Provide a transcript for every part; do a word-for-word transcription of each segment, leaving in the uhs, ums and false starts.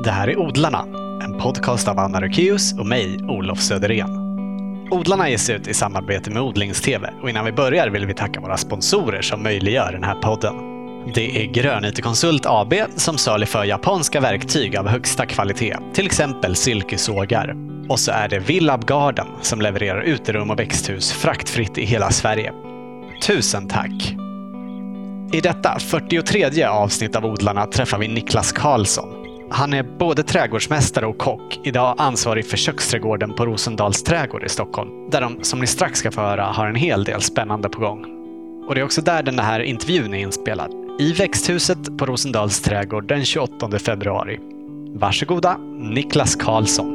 Det här är Odlarna, en podcast av Anna Rökeus och mig, Olof Söderén. Odlarna ges ut i samarbete med Odlingstv och innan vi börjar vill vi tacka våra sponsorer som möjliggör den här podden. Det är Grönytekonsult A B som saluför japanska verktyg av högsta kvalitet, till exempel silkesågar. Och så är det Villab Garden som levererar uterum och växthus fraktfritt i hela Sverige. Tusen tack! I detta fyrtiotredje avsnitt av Odlarna träffar vi Niklas Karlsson. Han är både trädgårdsmästare och kock, idag ansvarig för köksträdgården på Rosendals trädgård i Stockholm, där de, som ni strax ska få höra, har en hel del spännande på gång. Och det är också där den här intervjun är inspelad, i växthuset på Rosendals trädgård den tjugoåttonde februari. Varsågoda, Niklas Karlsson.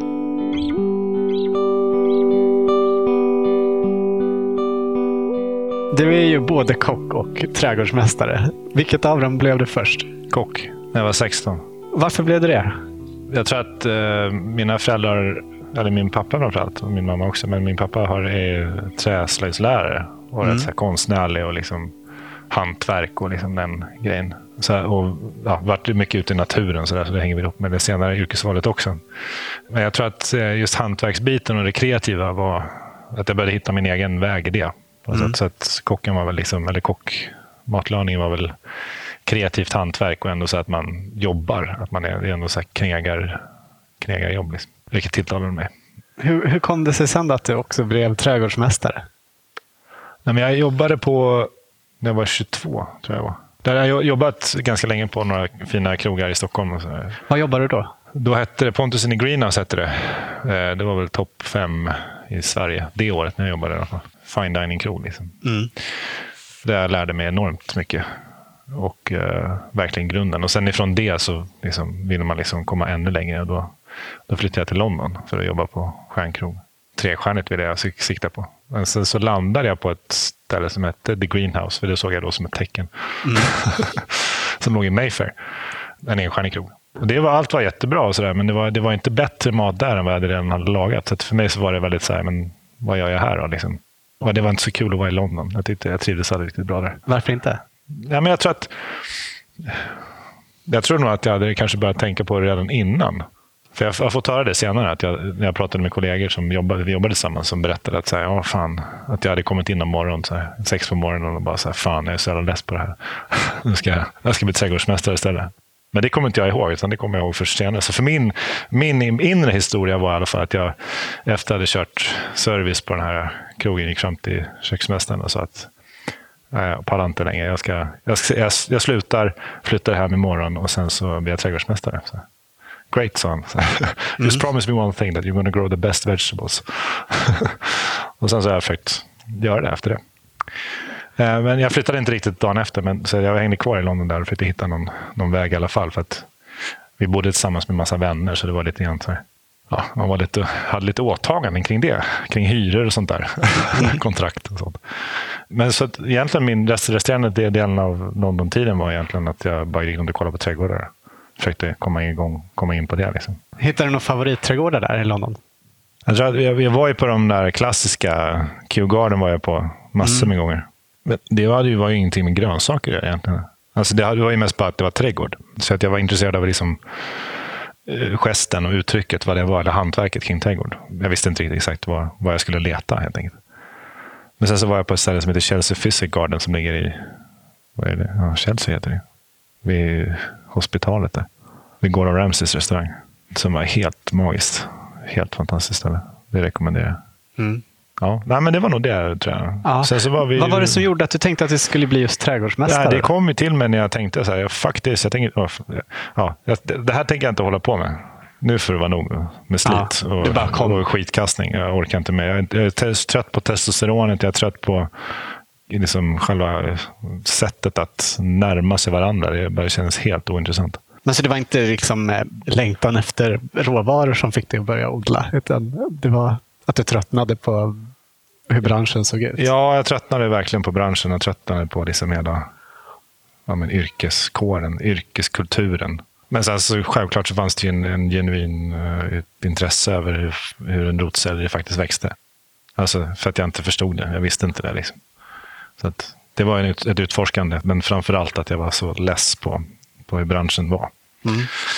Du är ju både kock och trädgårdsmästare. Vilket av dem blev du först? Kock, när jag var sexton. Varför blev det det? Jag tror att eh, mina föräldrar, eller min pappa framförallt, och min mamma också, men min pappa har, är träslöjdslärare och mm. rätt så här konstnärlig och liksom hantverk och liksom den grejen. Så här, och ja, varit mycket ute i naturen så, där, så det hänger vi ihop med det senare yrkesvalet också. Men jag tror att just hantverksbiten och det kreativa var att jag började hitta min egen väg i det. Mm. Så att kocken var väl liksom, eller kock, matlagningen var väl kreativt hantverk och ändå så att man jobbar, att man är ändå så här knegar, knegarjobb liksom. Vilket tilltalar mig. Hur, hur kom det sig sen att du också blev trädgårdsmästare? Nej, men jag jobbade på, när jag var tjugotvå tror jag var. Där har jag jobbat ganska länge på några fina krogar i Stockholm. Och så. Vad jobbade du då? Då hette det Pontus in the Greenhouse hette det. Det var väl topp fem i Sverige det året när jag jobbade i alla fall. Fine dining krog liksom. Mm. Där jag lärde mig enormt mycket. Och uh, verkligen grunden. Och sen ifrån det så liksom, vill man liksom komma ännu längre. Och då, då flyttade jag till London för att jobba på stjärnkrog. Trestjärnigt ville jag sikta på. Men sen så landade jag på ett ställe som hette The Greenhouse. För det såg jag då som ett tecken. Mm. Som låg i Mayfair. En enstjärnig krog. Och det var, allt var jättebra och sådär. Men det var, det var inte bättre mat där än vad jag redan hade lagat. Så att för mig så var det väldigt så här, men vad gör jag här då liksom? Och det var inte så kul att vara i London. Jag tyckte jag trivdes aldrig riktigt bra där. Varför inte? Ja, men jag tror att jag tror nog att jag hade kanske börjat tänka på det redan innan. För jag har fått höra det senare att jag, när jag pratade med kollegor som jobbade, vi jobbade tillsammans som berättade att så här, ja, fan, att jag hade kommit in om morgonen så här, sex på morgonen och bara så här, fan, jag är så jävla less på det här. Nu ska jag, jag ska bli trädgårdsmästare istället. Men det kommer inte jag ihåg, utan det kommer jag ihåg först senare. Så för min, min inre historia var i alla fall att jag efter att jag hade kört service på den här krogen gick fram till köksmästaren och sa att jag pallar inte längre. Jag, ska, jag, ska, jag, jag slutar, flyttar hem imorgon och sen så blir jag trädgårdsmästare. Så, great son. Så, just mm. promise me one thing, that you're going to grow the best vegetables. Och sen så har jag försökt göra det efter det. Men jag flyttade inte riktigt dagen efter, men så jag hängde kvar i London där och försökte hitta någon, någon väg i alla fall. För att vi bodde tillsammans med massa vänner, så det var lite grann så här, ja, man var lite, hade lite åtaganden kring det, kring hyror och sånt där, kontrakt och sånt. Men så att egentligen min resterande delen av London-tiden var egentligen att jag bara gick runt och kollade på trädgårdar. Försökte komma igång, komma in på det liksom. Hittade du några favoritträdgårdar där i London? Jag, tror att jag, jag var ju på de där klassiska, Kew Garden var jag på massor med mm. gånger. Men det var ju, var ju ingenting med grönsaker egentligen. Alltså det var ju mest bara att det var trädgård. Så att jag var intresserad av liksom gesten och uttrycket, vad det var, eller hantverket kring trädgård. Jag visste inte riktigt exakt vad, vad jag skulle leta helt enkelt. Men sen så var jag på ett ställe som heter Chelsea Physic Garden som ligger i, vad är det? Ja, Chelsea heter det. Vid hospitalet där. Vid Gordon Ramsays restaurang. Som var helt magiskt. Helt fantastiskt ställe. Det rekommenderar jag. Mm. Ja, nej, men det var nog det, tror jag. Ja. Sen så var vi... Vad var det som gjorde att du tänkte att det skulle bli just trädgårdsmästare? Ja, det kom ju till mig när jag tänkte så här, jag, faktiskt, jag tänkte, oh, ja, det här tänker jag inte hålla på med. Nu får det vara nog med slit ja, och, och skitkastning. Jag orkar inte med. Jag är trött på testosteronet, jag är trött på liksom själva sättet att närma sig varandra. Det bara känns helt ointressant. Men så det var inte liksom längtan efter råvaror som fick dig att börja odla, utan det var att du tröttnade på hur branschen såg ut? Ja, jag tröttnade verkligen på branschen. Jag tröttnade på liksom hela ja, men yrkeskåren, yrkeskulturen. Men sen så självklart så fanns det ju en, en genuin uh, ett intresse över hur, hur en rotselleri faktiskt växte. Alltså för att jag inte förstod det. Jag visste inte det liksom. Så att det var en, ett utforskande. Men framförallt att jag var så less på, på hur branschen var. Mm.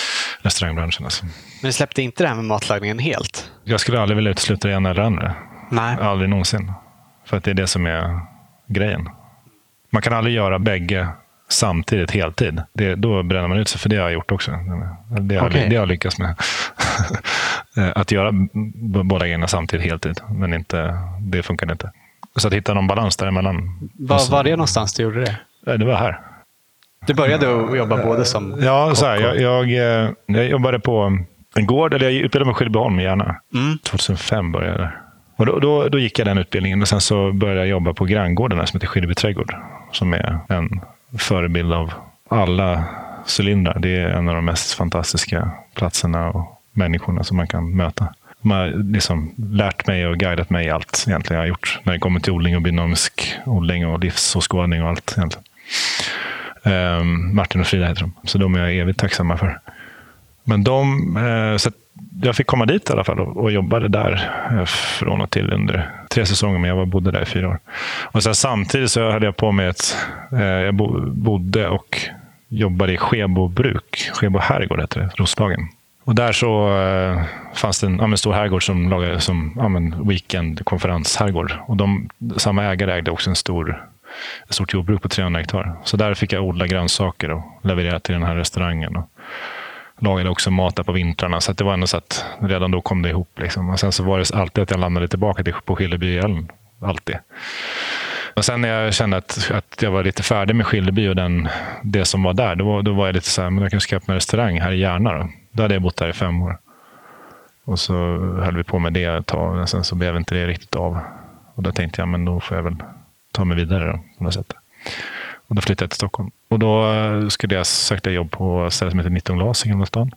restaurangbranschen. Alltså. Men du släppte inte det här med matlagningen helt? Jag skulle aldrig vilja utesluta det ena eller andra. Nej. Aldrig någonsin. För att det är det som är grejen. Man kan aldrig göra bägge samtidigt heltid. Det, då bränner man ut sig, för det har jag gjort också. Det har, okay. det har jag lyckats med. Att göra båda grejerna samtidigt heltid. Men inte, det funkar inte. Så att hitta någon balans däremellan. Var var det någonstans du gjorde det? Det var här. Du började att jobba både som Ja, så här, jag, jag, jag jobbade på en gård, eller jag utbildade mig på Skillebyholm i Järna. Mm. tjugohundrafem började jag. Och då, då, då gick jag den utbildningen och sen så började jag jobba på granngården som heter Skilleby trädgård. Som är en förebild av alla cylindrar. Det är en av de mest fantastiska platserna och människorna som man kan möta. De har liksom lärt mig och guidat mig i allt egentligen jag har gjort. När det kommer till odling och binomisk odling och livsåskådning och allt egentligen. Um, Martin och Frida heter de. Så de är jag evigt tacksamma för. Men de, eh, så jag fick komma dit i alla fall och, och jobbade där eh, från och till under tre säsonger, men jag var, bodde där i fyra år. Och så samtidigt så hade jag på mig ett, eh, jag bo, bodde och jobbade i Skebo bruk, Skebo herrgård heter det, Roslagen. Och där så eh, fanns det en, ja, en stor herrgård som lagade som ja, men weekend konferensherrgård. Och de, samma ägare ägde också en stor ett stort jordbruk på trehundra hektar. Så där fick jag odla grönsaker och leverera till den här restaurangen. Och lagade också mat där på vintrarna. Så att det var ändå så att redan då kom det ihop. Liksom. Och sen så var det alltid att jag landade tillbaka till, på Skilleby i Älven. Alltid. Och sen när jag kände att, att jag var lite färdig med Skilleby och den, det som var där. Då var, då var jag lite så här, men jag kanske ska öppna en restaurang här i Järna då. Då hade jag bott där i fem år. Och så höll vi på med det ett tag. Och sen så blev inte det riktigt av. Och då tänkte jag, men då får jag väl ta mig vidare då, på något sätt. Och då flyttade jag till Stockholm. Och då skulle jag sökte jobb på stället som heter nitton glas i Gamla stan.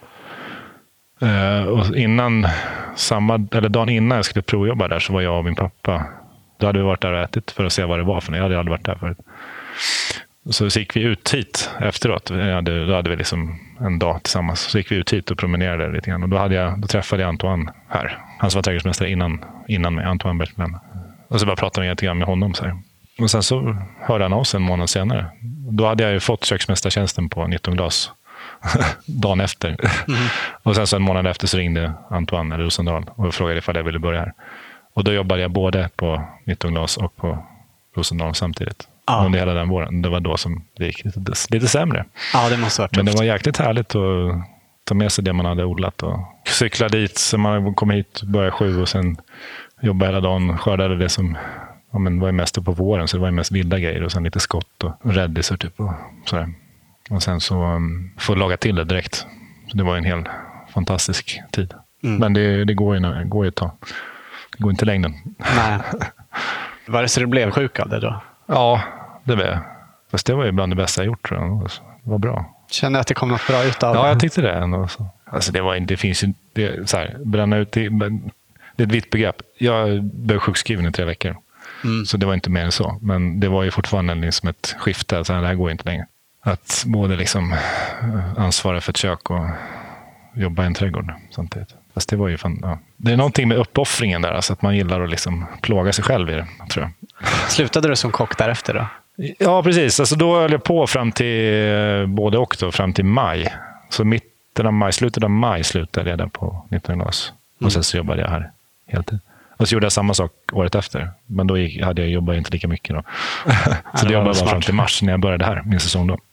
Uh, och innan, samma, eller dagen innan jag skulle provjobba där så var jag och min pappa. Då hade vi varit där och ätit för att se vad det var för något. Jag hade aldrig varit där förut. Så, så gick vi ut hit efteråt. Hade, då hade vi liksom en dag tillsammans. Så gick vi ut hit och promenerade lite grann. Och då, hade jag, då träffade jag Antoine här. Han som var trädgårdsmästare innan, innan med Antoine Bertman. Och så bara pratade jag lite grann med honom. Så här. Och sen så hörde han av sig en månad senare. Då hade jag ju fått köksmästartjänsten på nitton glas. Dagen efter. Mm. Och sen så en månad efter så ringde Antoine eller Rosendal och frågade ifall jag ville börja här. Och då jobbade jag både på nitton glas och på Rosendal samtidigt. Ja. Under hela den våren. Det var då som det gick lite, lite sämre. Ja, det måste varit tufft. Men det var jäkligt härligt att ta med sig det man hade odlat. Och cykla dit. Så man kom hit, började sju och sen jobba hela dagen. Skördade det som ja, men var ju mest på våren. Så det var ju mest vilda grejer. Och sen lite skott och räddisar typ. Och sådär. Och sen så um, få laga till det direkt. Så det var en helt fantastisk tid. Mm. Men det, det går ju går ju ett tag. Det går inte längden. Nej. Var det så det blev sjuk av det då? Ja, det blev jag. Fast det var ju bland det bästa jag gjort, tror jag. Det var bra. Kände att det kom något bra ut av ja, det? Ja, jag tyckte det. Ändå. Alltså det, var, det finns ju... Det, så här, bränna ut... Det, det är ett vitt begrepp. Jag blev sjukskriven i tre veckor. Mm. Så det var inte mer än så. Men det var ju fortfarande liksom ett skifte. Så här, det här går inte längre. Att både liksom ansvara för ett kök och jobba i en trädgård samtidigt. Fast det var ju fan, ja. Det är någonting med uppoffringen där, alltså att man gillar att liksom plåga sig själv i det, tror jag. Slutade du som kock därefter då? Ja, precis. Alltså då höll jag på fram till både och då, fram till maj. Så mitten av maj, slutet av maj slutade jag där på nitton glas. Mm. Och sen så jobbade jag här heltid. Och så gjorde jag samma sak året efter. Men då gick, hade jag jobbat inte lika mycket då. Så det jobbade bara fram till mars när jag började här, min säsong då.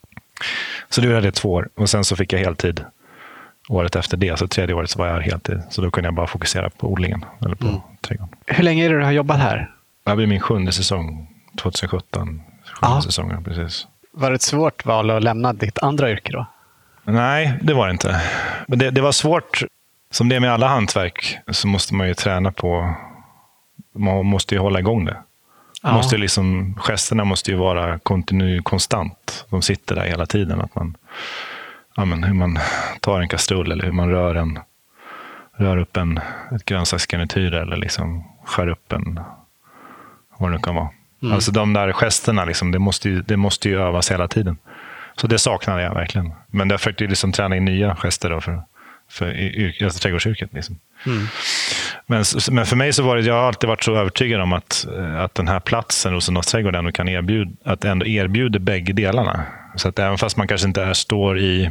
Så det gjorde jag två år. Och sen så fick jag heltid året efter det. Så tredje året så var jag här heltid. Så då kunde jag bara fokusera på odlingen. Eller på mm. trädgården. Hur länge är det du har jobbat här? Det blir min sjunde säsong. tjugosjutton. Sjunde säsongen, precis. Var det ett svårt val att lämna ditt andra yrke då? Nej, det var det inte. Men det, det var svårt. Som det är med alla hantverk så måste man ju träna på. Man måste ju hålla igång det. Ja. Måste liksom, gesterna måste ju vara kontinu, konstant. De sitter där hela tiden. Att man, ja, men hur man tar en kastrull eller hur man rör, en, rör upp en, ett grönsaksgarnityr eller liksom skär upp en, vad det nu kan vara. Mm. Alltså de där gesterna, liksom, det, måste ju, det måste ju övas hela tiden. Så det saknade jag verkligen. Men jag försökte liksom träna in nya gester då för för yrk, alltså trädgårdsyrket. Liksom. Mm. Men, men för mig så var det, jag har alltid varit så övertygad om att, att den här platsen hos en trädgård ändå kan erbjuda, att ändå erbjuder bägge delarna. Så att även fast man kanske inte är, står i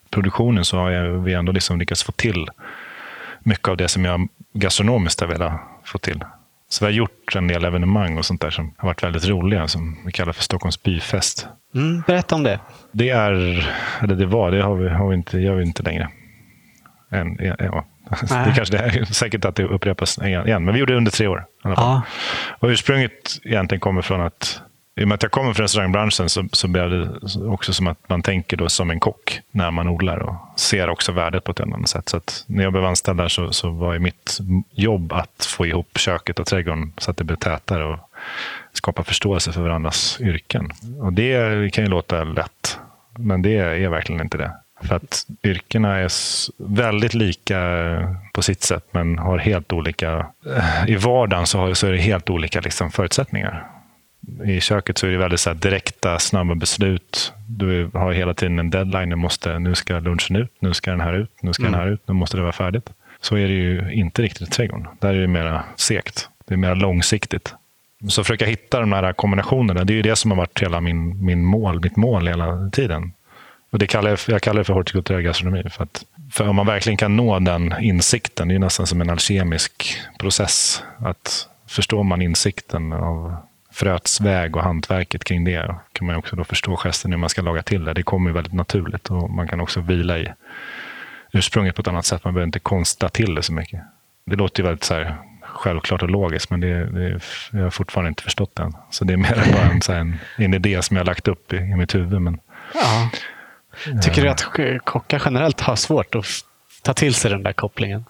produktionen så har jag, vi ändå liksom lyckats få till mycket av det som jag gastronomiskt har velat få till. Så vi har gjort en del evenemang och sånt där som har varit väldigt roliga, som vi kallar för Stockholms byfest. Mm, berätta om det. Det är, eller det var, det har vi, har vi inte, gör vi inte längre. En, ja, ja. Det är kanske det är säkert att det upprepas igen, men vi gjorde det under tre år. I alla fall. Ja. Och ursprunget egentligen kommer från att, i och med att jag kommer från restaurangbranschen så, så blir det också som att man tänker då som en kock när man odlar och ser också värdet på ett annat sätt. Så att när jag blev anställd där så, så var mitt jobb att få ihop köket och trädgården så att det blev tätare och skapa förståelse för varandras yrken. Och det kan ju låta lätt, men det är verkligen inte det. För att yrkena är väldigt lika på sitt sätt, men har helt olika... I vardagen så, har, så är det helt olika liksom, förutsättningar. I köket så är det väldigt så här, direkta, snabba beslut. Du har hela tiden en deadline. Du måste, nu ska lunchen ut, nu ska den här ut, nu ska mm. den här ut, nu måste det vara färdigt. Så är det ju inte riktigt i trädgården. Där är det mer segt. Det är mer långsiktigt. Så försöka hitta de här kombinationerna, det är ju det som har varit hela min, min mål, mitt mål hela tiden. Och det kallar jag, jag kallar det för hortikulturell gastronomi. För, att, för om man verkligen kan nå den insikten, det är nästan som en alkemisk process. Att förstår man insikten av fröets väg och hantverket kring det, kan man också då förstå gesten hur man ska laga till det. Det kommer ju väldigt naturligt och man kan också vila i ursprunget på ett annat sätt. Man behöver inte konsta till det så mycket. Det låter ju väldigt så här självklart och logiskt, men det, det, jag har fortfarande inte förstått det än. Så det är mer bara en, så här, en, en idé som jag har lagt upp i, i mitt huvud. Men, ja. Tycker du att kockar generellt har svårt att ta till sig den där kopplingen?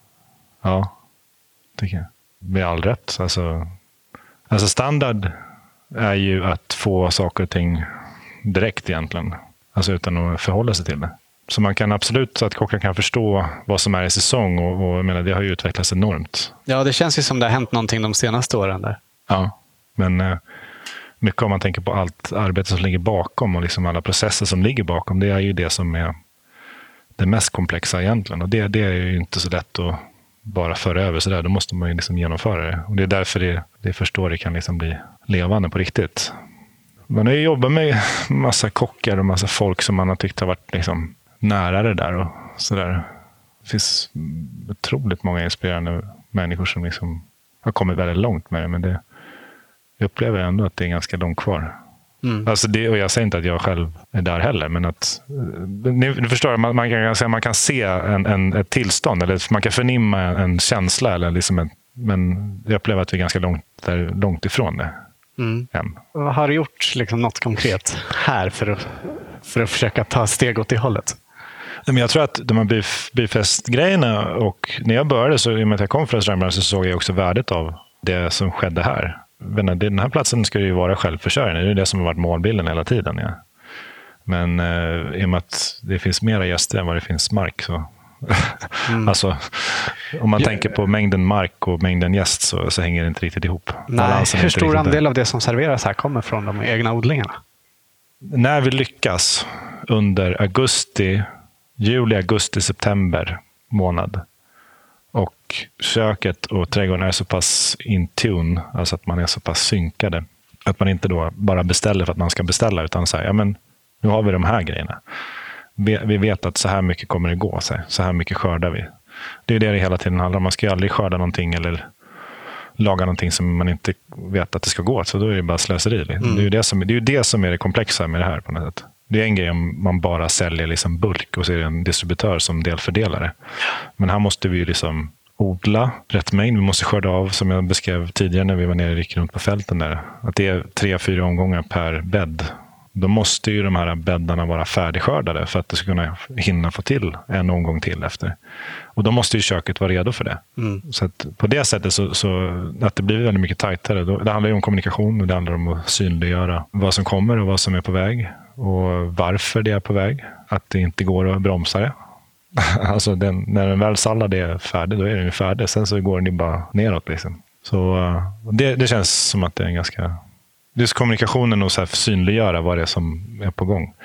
Ja, tycker jag. Med all rätt. Alltså, alltså standard är ju att få saker och ting direkt egentligen. Alltså utan att förhålla sig till det. Så man kan absolut, så att kockar kan förstå vad som är i säsong. Och, och jag menar, det har ju utvecklats enormt. Ja, det känns ju som det har hänt någonting de senaste åren där. Ja, men... Eh, mycket om man tänker på allt arbete som ligger bakom och liksom alla processer som ligger bakom, det är ju det som är det mest komplexa egentligen. Och det, det är ju inte så lätt att bara föra över så där. Då måste man ju liksom genomföra det. Och det är därför det, det förstår det kan liksom bli levande på riktigt. Man har ju jobbat med massa kockar och massa folk som man har tyckt har varit liksom nära det där och så där. Det finns otroligt många inspirerande människor som liksom har kommit väldigt långt med det, men det jag upplever ändå att det är ganska långt kvar. Mm. Alltså det, och jag säger inte att jag själv är där heller, men att ni, ni förstår, man, man, kan, säga, man kan se en, en, ett tillstånd eller man kan förnimma en, en känsla eller liksom en, men jag upplever att vi är ganska långt, där, långt ifrån det. Mm. Än. Har du gjort liksom något konkret här för att, för att försöka ta steg åt det hållet? Men jag tror att de här byf, byfestgrejerna, och när jag började så, i och med att jag kom från restaurangbranschen, så såg jag också värdet av det som skedde här. Den här platsen ska ju vara självförsörjande. Det är det som har varit målbilden hela tiden. Ja. Men eh, i och med att det finns mera gäster än vad det finns mark. Så. Mm. Alltså, om man ja. tänker på mängden mark och mängden gäst så, så hänger det inte riktigt ihop. Nej, hur stor andel av det som serveras här kommer från de egna odlingarna? När vi lyckas under augusti, juli, augusti, september månad. Och köket och trädgården är så pass in tune, alltså att man är så pass synkade, att man inte då bara beställer för att man ska beställa, utan säger, ja men nu har vi de här grejerna. Vi, vi vet att så här mycket kommer det gå, så här, så här mycket skördar vi. Det är det det hela tiden handlar om. Man ska ju aldrig skörda någonting eller laga någonting som man inte vet att det ska gå, så då är det bara slöseri. Mm. Det är ju det som, det är ju det som är det komplexa med det här på något sätt. Det är en grej om man bara säljer liksom bulk och så är det en distributör som delfördelare. Men här måste vi ju liksom odla rätt mängd. Vi måste skörda av, som jag beskrev tidigare när vi var nere och gick runt på fälten där. Att det är tre, fyra omgångar per bädd. Då måste ju de här bäddarna vara färdigskördade för att det ska kunna hinna få till en omgång till efter. Och då måste ju köket vara redo för det. Mm. Så att på det sättet så, så att det blir väldigt mycket tajtare. Då, det handlar ju om kommunikation och det handlar om att synliggöra vad som kommer och vad som är på väg. Och varför det är på väg. Att det inte går att bromsa det. Alltså den, när en väl sallad är färdig, då är den ju färdig. Sen så går den ju bara neråt liksom. Så det, det känns som att det är en ganska... Just kommunikationen och så här synliggöra vad det är som är på gång.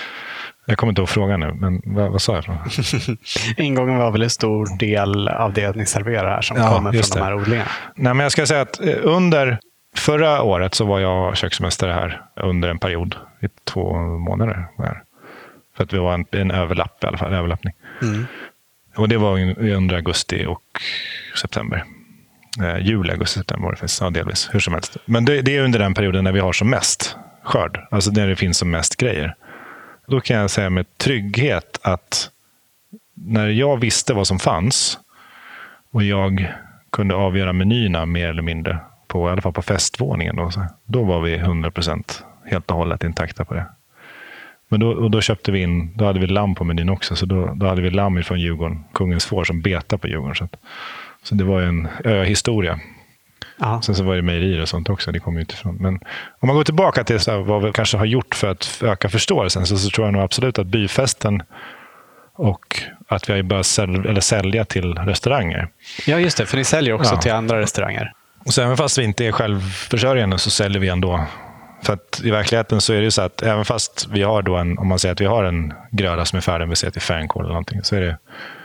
Jag kommer inte ihåg frågan nu, men vad, vad sa jag? Ingången var väl en stor del av det ni serverar här som ja, kommer från de här odlingarna. Nej, men jag ska säga att under förra året så var jag köksmästare här under en period i två månader. För att vi var en, en överlapp i alla fall, en överlappning. Mm. Och det var under augusti och september. Eh, juli, augusti, september var det faktiskt. Ja, delvis. Hur som helst. Men det, det är under den perioden när vi har som mest skörd. Alltså när det finns som mest grejer. Då kan jag säga med trygghet att när jag visste vad som fanns och jag kunde avgöra menyerna mer eller mindre, på, i alla fall på festvåningen, då, så, då var vi hundra procent helt och hållet intakta på det. Men då, och då köpte vi in, då hade vi lamm på menyn också, så då, då hade vi lamm från Djurgården, kungens får som betar på Djurgården. Så, att, så det var ju en ö-historia. Ja. Sen så var det mejerier och sånt också, det kom ju utifrån. Men om man går tillbaka till så här, vad vi kanske har gjort för att öka förståelsen, så, så tror jag nog absolut att byfesten och att vi har börjat sälja, eller sälja till restauranger. Ja, just det, för ni säljer också Ja. till andra restauranger. Och så även fast vi inte är självförsörjande så säljer vi ändå. För att i verkligheten så är det ju så att även fast vi har då en, om man säger att vi har en gröda som är färdig, vi säger till fänkål eller någonting, så är det,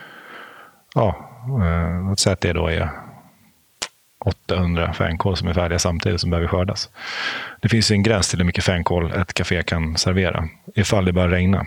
ja, eh, låt säga att det då är åttahundra fänkål som är färdiga samtidigt som behöver skördas. Det finns ju en gräns till hur mycket fänkål ett café kan servera ifall det börjar regna.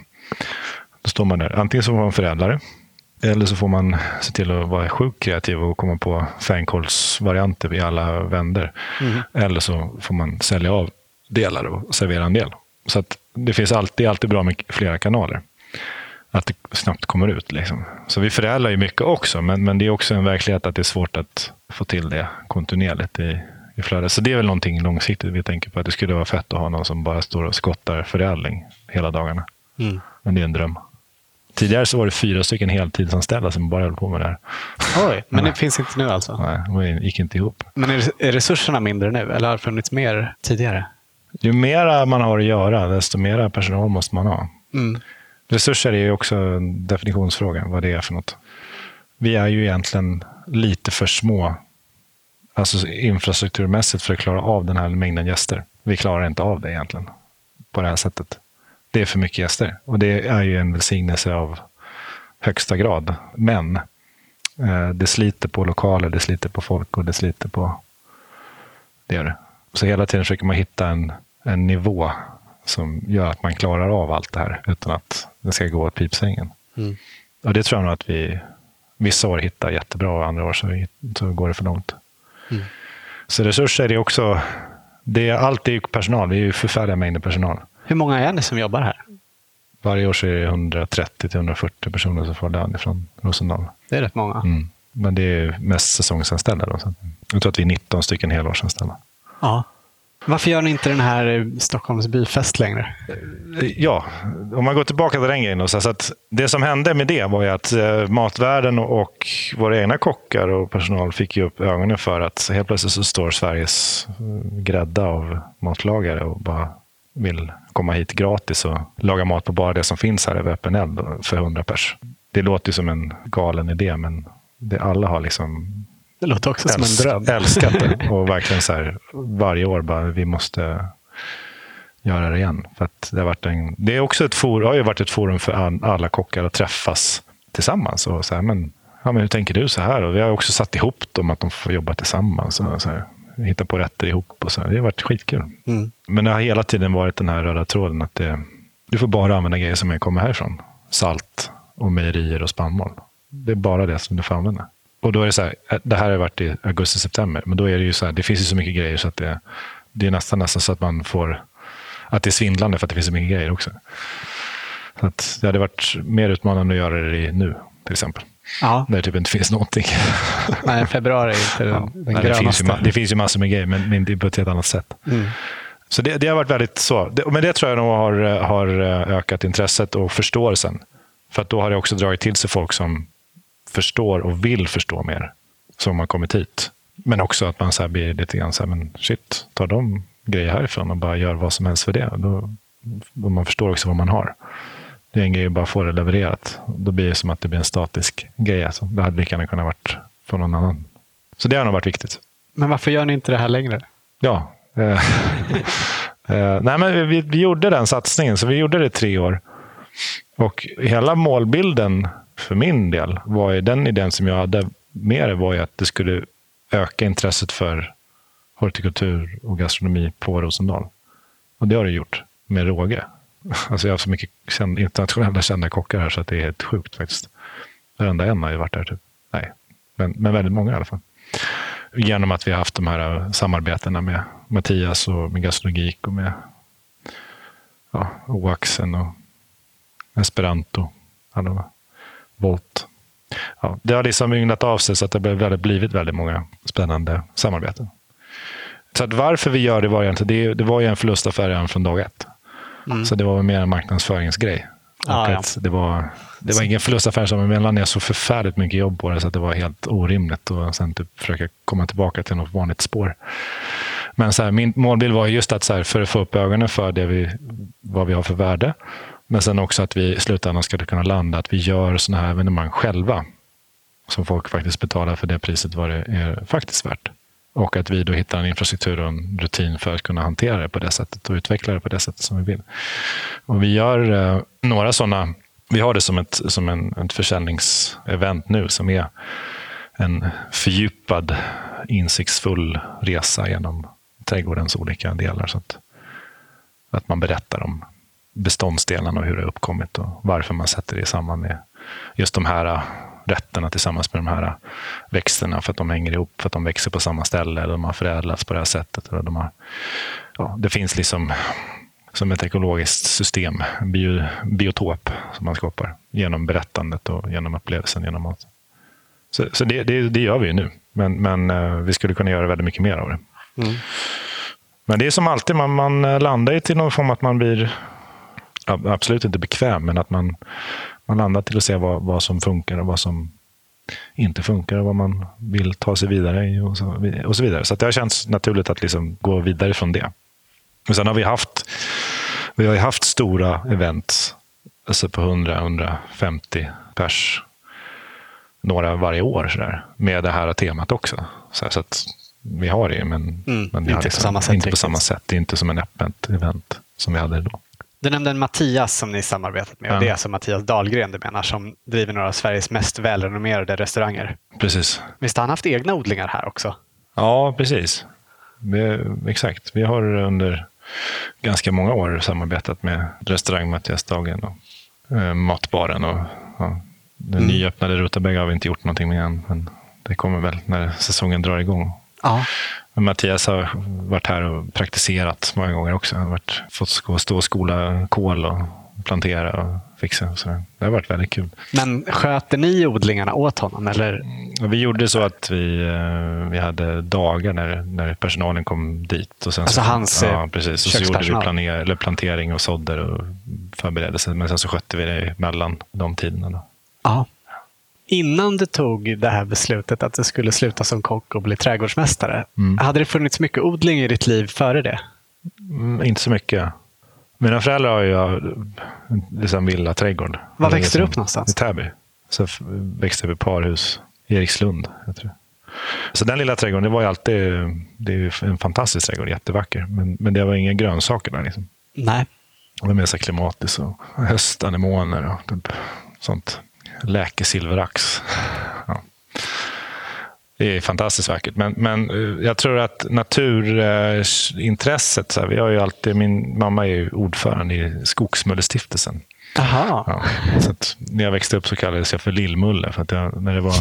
Då står man där. Antingen så får man förädlare, eller så får man se till att vara sjukt kreativ och komma på fänkålsvarianter i alla vänder. Mm. Eller så får man sälja av delar och servera en del. Så att det finns alltid, alltid bra med flera kanaler. Att det snabbt kommer ut. Liksom. Så vi förädlar ju mycket också, men, men det är också en verklighet att det är svårt att få till det kontinuerligt i, i flödet. Så det är väl någonting långsiktigt vi tänker på, att det skulle vara fett att ha någon som bara står och skottar förädling hela dagarna. Mm. Men det är en dröm. Tidigare så var det fyra stycken heltidsanställda som bara höll på med det här. Oj, men det finns inte nu alltså? Nej, det gick inte ihop. Men är, är resurserna mindre nu, eller har det funnits mer tidigare? Ju mera man har att göra, desto mera personal måste man ha. Mm. Resurser är ju också en definitionsfråga, vad det är för något. Vi är ju egentligen lite för små, alltså infrastrukturmässigt, för att klara av den här mängden gäster. Vi klarar inte av det egentligen på det här sättet. Det är för mycket gäster. Och det är ju en välsignelse av högsta grad. Men eh, det sliter på lokaler, det sliter på folk och det sliter på det. Är det. Så hela tiden försöker man hitta en, en nivå som gör att man klarar av allt det här utan att det ska gå åt pipsängen. Mm. Och det tror jag nog att vi vissa år hittar jättebra och andra år så, så går det för långt. Mm. Så resurser är också, det är alltid personal. Vi är ju förfärliga mängder personal. Hur många är ni som jobbar här? Varje år så är det hundratrettio till hundrafyrtio personer som får lön från Rosendal. Det är rätt många. Mm. Men det är mest säsongsanställda. Då. Så jag tror att vi är nitton stycken helårsanställda. Ja. Varför gör ni inte den här Stockholms byfest längre? Ja, om man går tillbaka till den grejen. Då, så att det som hände med det var ju att eh, matvärlden och våra egna kockar och personal fick ju upp ögonen för att helt plötsligt så står Sveriges grädda av matlagare och bara vill komma hit gratis och laga mat på bara det som finns här över öppen eld för hundra pers. Det låter ju som en galen idé, men det alla har liksom det låter också som älsk, en dröm. älskat det. Och verkligen så här, varje år bara, vi måste göra det igen. För att det har varit en, det är också ett forum, har ju varit ett forum för alla kockar att träffas tillsammans. Och så här, men, ja, men hur tänker du så här? Och vi har också satt ihop dem att de får jobba tillsammans. Och så här, hitta på rätter ihop. Och så här. Det har varit skitkul. Mm. Men det har hela tiden varit den här röda tråden att det, du får bara använda grejer som kommer härifrån. Salt och mejerier och spannmål. Det är bara det som du får använda. Och då är det så här, det här har varit i augusti-september, men då är det ju så här, det finns ju så mycket grejer så att det, det är nästan nästan så att man får, att det är svindlande för att det finns så mycket grejer också. Så att det hade varit mer utmanande att göra det nu, till exempel. Ja. Där det typ inte finns någonting. Nej, februari är inte ja. den, den Nej, det, finns ju, det finns ju massor med grejer, men, men det är på ett helt annat sätt. Mm. Så det, det har varit väldigt så. Det, men det tror jag nog har, har ökat intresset och förståelsen. För att då har det också dragit till sig folk som förstår och vill förstå mer som har kommit hit. Men också att man så här blir lite grann så här, men shit, tar de grejer härifrån och bara gör vad som helst för det. Då, då man förstår också vad man har. Det är en grej att bara få det levererat. Då blir det som att det blir en statisk grej. Alltså. Det hade lika gärna kunnat varit från någon annan. Så det har nog varit viktigt. Men varför gör ni inte det här längre? Ja. Eh, eh, nej, men vi, vi gjorde den satsningen, så vi gjorde det i tre år. Och hela målbilden för min del var ju den idén som jag hade med det var ju att det skulle öka intresset för hortikultur och gastronomi på Rosendal. Och det har det gjort med råge. Alltså jag har så mycket känd, internationella kända kockar här så att det är helt sjukt faktiskt. Varenda en har ju varit där typ. Nej, men, men väldigt många i alla fall. Genom att vi har haft de här samarbetena med Mattias och med Gastrologik och med ja, Oaxen och Esperanto. Alla Volt. Ja, det har liksom ynglat av sig så att det har väldigt, blivit väldigt många spännande samarbeten. Så att varför vi gör det var egentligen, det, det var ju en förlustaffär redan från dag ett. Mm. Så det var mer en marknadsföringsgrej. Ah, ja. det, var, det var ingen förlustaffär som emellan jag så förfärligt mycket jobb på det så att det var helt orimligt och sen typ försöka komma tillbaka till något vanligt spår. Men så här, min målbild var just att så här, för att få upp ögonen för det vi, vad vi har för värde. Men sen också att vi i slutändan ska kunna landa att vi gör såna här evenemang själva. Som folk faktiskt betalar för det priset vad det är faktiskt värt. Och att vi då hittar en infrastruktur och en rutin för att kunna hantera det på det sättet och utveckla det på det sättet som vi vill. Och vi gör eh, några sådana, vi har det som ett, som en, ett försäljningsevent nu som är en fördjupad, insiktsfull resa genom trädgårdens olika delar. Så att, att man berättar om beståndsdelarna och hur det har uppkommit och varför man sätter det i samband med just de här rätterna tillsammans med de här växterna för att de hänger ihop, för att de växer på samma ställe eller de har förädlats på det här sättet. Eller de har, ja, det finns liksom som ett ekologiskt system, en bio, biotop som man skapar genom berättandet och genom upplevelsen genom mat. Så, så det, det, det gör vi ju nu, men, men uh, vi skulle kunna göra väldigt mycket mer av det. Mm. Men det är som alltid, man, man landar ju till någon form att man blir absolut inte bekväm, men att man, man landar till att se vad, vad som funkar och vad som inte funkar och vad man vill ta sig vidare i och så, och så vidare. Så att det har känts naturligt att liksom gå vidare från det. Men sen har vi haft vi har ju haft stora event alltså på hundra till hundrafemtio pers några varje år så där, med det här temat också. Så, här, så att vi har det, men, mm, men vi inte, har liksom, på, samma sätt, inte på samma sätt. Det är inte som en öppet event som vi hade då. Du nämnde en Mattias som ni samarbetat med. Ja. Och det är alltså Mattias Dahlgren du menar, som driver några av Sveriges mest välrenommerade restauranger. Precis. Visst har han haft egna odlingar här också? Ja, precis. Vi, exakt. Vi har under ganska många år samarbetat med restaurang Mattias Dahlgren och eh, Matbaren. Och, ja, den mm. nyöppnade Rutabaga har vi inte gjort någonting med än, men det kommer väl när säsongen drar igång. Ja. Mattias har varit här och praktiserat många gånger också. Han har varit, fått gå, stå och skola kål och plantera och fixa. Så det har varit väldigt kul. Men sköter ni odlingarna åt honom? Eller? Vi gjorde så att vi, vi hade dagar när, när personalen kom dit. Och sen alltså så, hans ja, precis. Och så gjorde vi planer, eller plantering och sådder och förberedelse. Men sen så skötte vi det mellan de tiderna. Då. Ja. Innan du tog det här beslutet att du skulle sluta som kock och bli trädgårdsmästare, mm. hade det funnits mycket odling i ditt liv före det? Mm, inte så mycket. Mina föräldrar har ju liksom villa trädgård. Var växte du upp någonstans? I Täby. Så växte jag i parhus i Erikslund. Jag tror. Så den lilla trädgården, det var ju alltid det är ju en fantastisk trädgård, jättevacker. Men, men det var inga grönsaker där liksom. Nej. Det var mer så klimatis och höstanemoner och typ sånt. Läkesilverax. Ja. Det är fantastiskt vackert. Men, men jag tror att naturintresset, så här, vi har ju alltid, min mamma är ju ordförande i Skogsmullestiftelsen. Aha. Ja, så att när jag växte upp så kallades jag för Lillmulle. För att jag, när det var,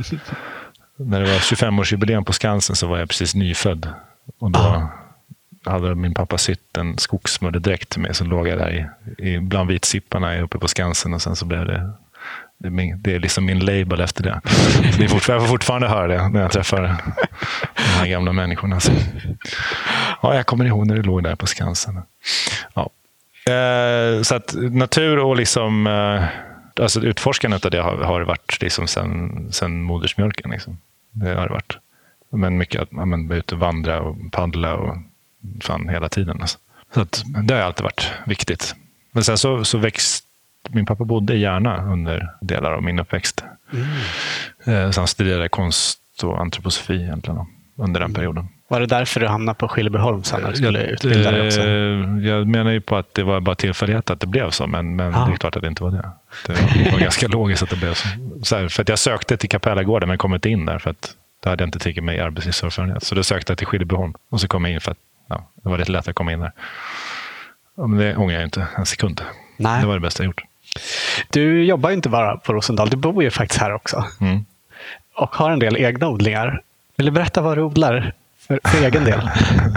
när det var tjugofemårsjubileum på Skansen så var jag precis nyfödd. Och då ah. hade min pappa sytt en skogsmulledräkt till mig. Så låg jag där i, i bland vitsipparna uppe på Skansen och sen så blev det Det är, min, det är liksom min label efter det. Så det är fortfarande, jag får fortfarande höra det när jag träffar de här gamla människorna. Så, ja, jag kommer ihåg när du låg där på Skansen. Ja. Eh, så att natur och liksom, eh, alltså utforskandet av det har, har varit liksom sen, sen modersmjölken. Liksom. Det har det varit. Men mycket att man är ute och vandra och paddla och fan hela tiden. Alltså. Så att, det har alltid varit viktigt. Men sen så, så växt min pappa bodde i Järna under delar av min uppväxt. Mm. Så han studerade konst och antroposofi egentligen under den perioden. Var det därför du hamnade på Skillebyholm sen när du skulle jag, utbilda dig också? Jag menar ju på att det var bara tillfällighet att det blev så, men, men ah. det är klart att det inte var det. Det var ganska logiskt att det blev så. så här, för att jag sökte till Kapellagården men kom inte in där för att det hade jag inte tagit mig arbetslivserfarenhet. Så då sökte jag till Skillebyholm och så kom jag in för att ja, det var lite lätt att komma in där. Ja, men det ångrar jag inte en sekund. Nej. Det var det bästa jag gjort. Du jobbar ju inte bara på Rosendal, du bor ju faktiskt här också. Mm. Och har en del egna odlingar. Vill du berätta vad du odlar för, för egen del?